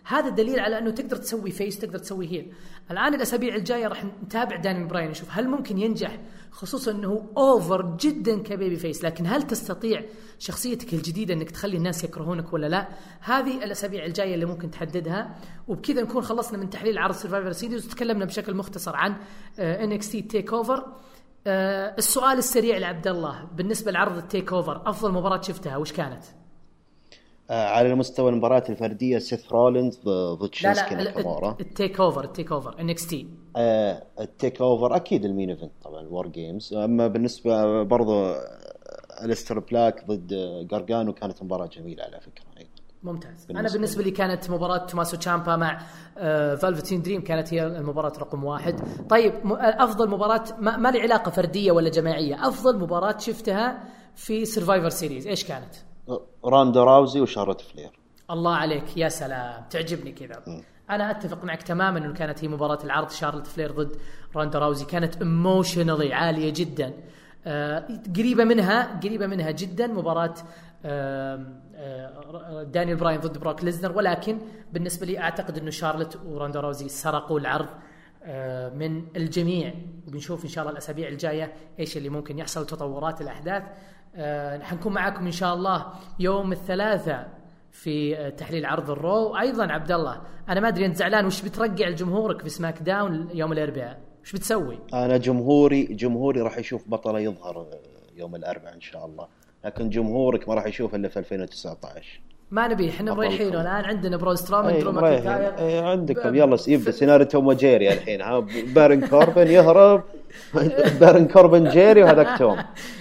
هذا دليل على أنه تقدر تسوي فيس تقدر تسوي هيل. الآن الأسابيع الجاية راح نتابع دانيال براين نشوف هل ممكن ينجح، خصوصا أنه أوفر جدا كبيبي فيس، لكن هل تستطيع شخصيتك الجديدة أنك تخلي الناس يكرهونك ولا لا؟ هذه الأسابيع الجاية اللي ممكن تحددها. وبكذا نكون خلصنا من تحليل عرض سيرفايفر سيريز وتكلمنا بشكل مختصر عن إن إكس تي تيك أوفر. أه السؤال السريع لعبد الله، بالنسبة لعرض التيك أوفر أفضل مباراة شفتها وش كانت؟ آه على المستوى المباراة الفردية سيث رولينز ضد شينسكي ناكامورا. التيك أوفر التيك أوفر إن إكس تي. آه التيك أوفر أكيد المين إيفنت طبعا وور جيمز. أما بالنسبة برضو أليستر بلاك ضد غارغانو كانت مباراة جميلة على فكرة أيضا. ممتاز. بالنسبة أنا بالنسبة لي كانت مباراة توماسو تشامبا مع آه فالفتين دريم كانت هي المباراة رقم واحد. طيب أفضل مباراة ما, ما لي علاقة فردية ولا جماعية، أفضل مباراة شفتها في سيرفايفر سيريز إيش كانت؟ راندا راوزي وشارلوت فلير. الله عليك يا سلام، تعجبني كذا. أنا أتفق معك تماما إنه كانت هي مباراة العرض. شارلوت فلير ضد راندا راوزي كانت ايموشنالي عالية جدا، آه قريبة منها قريبة منها جدا مباراة آه آه دانيال براين ضد بروك ليزنر، ولكن بالنسبة لي أعتقد إنه شارلوت وراندا راوزي سرقوا العرض آه من الجميع. وبنشوف إن شاء الله الأسابيع الجاية إيش اللي ممكن يحصل، تطورات الأحداث. آه حنكون معاكم إن شاء الله يوم الثلاثاء في آه تحليل عرض الرو. أيضا عبد الله أنا ما أدري أنت زعلان وش بترجع لجمهورك في سماك داون يوم الأربعاء، وش بتسوي؟ أنا جمهوري جمهوري راح يشوف بطلة يظهر يوم الأربعاء إن شاء الله، لكن جمهورك ما راح يشوف إلا في ألفين وتسعة عشر. ما نبي احنا مريحين الآن، عندنا برون سترومان درو ماكنتاير. أي عندكم يلا يبدأ سيناريو توم وجيري الحين. ها بارن كوربن يهرب بارن كوربن جيري وهذاك توم.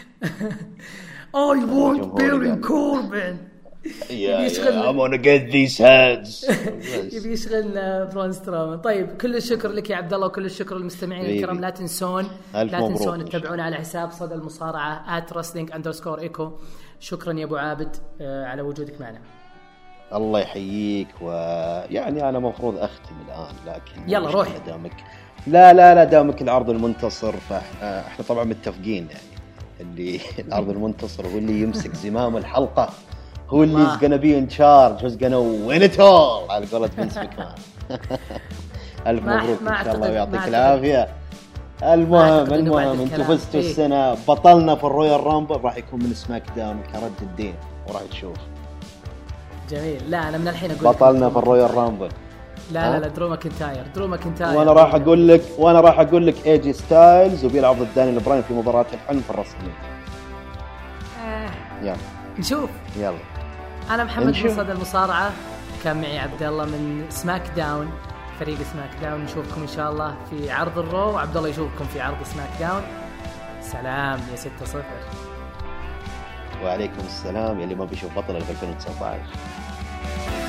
I want Baron Corbin. Yeah, yeah, I'm gonna get these heads. يبي يشغلنا برون سترومان. طيب كل الشكر لك يا عبد الله وكل الشكر للمستمعين الكرام. لا تنسون لا تنسون تتابعونا على حساب صدى المصارعة at wrestling underscore echo. شكرا يا ابو عابد على وجودك معنا. الله يحييك. ويعني انا مفروض اختم الان لكن يلا روح دامك لا لا لا دامك العرض المنتصر، فاحنا طبعا متفقين يعني اللي العرض المنتصر هو اللي يمسك زمام الحلقة، هو اللي is gonna be in charge, who's gonna win it all على قولة فينس ماكمان. ألف مبروك إن شاء الله ويعطيك العافية. المهم المهم انتوا فزتوا السنة، بطلنا في الرويال رامبل راح يكون من سماك داون كرد الدين وراح تشوف. جميل. لا أنا من الحين أقول بطلنا في الرويال رامبل. لا لا لا درو ماكنتاير درو ماكنتاير وانا راح اقول لك وانا راح اقول لك اي جي ستايلز وبيلعب ضد دانيال براين في مباراة الحلم في الرسمية. آه. يلا نشوف. يلا. انا محمد من صدى المصارعة، كان معي عبد الله من سماك داون فريق سماك داون. نشوفكم ان شاء الله في عرض الرو، وعبد الله يشوفكم في عرض سماك داون. سلام يا ستة صفر. وعليكم السلام يلي ما بيشوف بطل ألفين وتسعة عشر.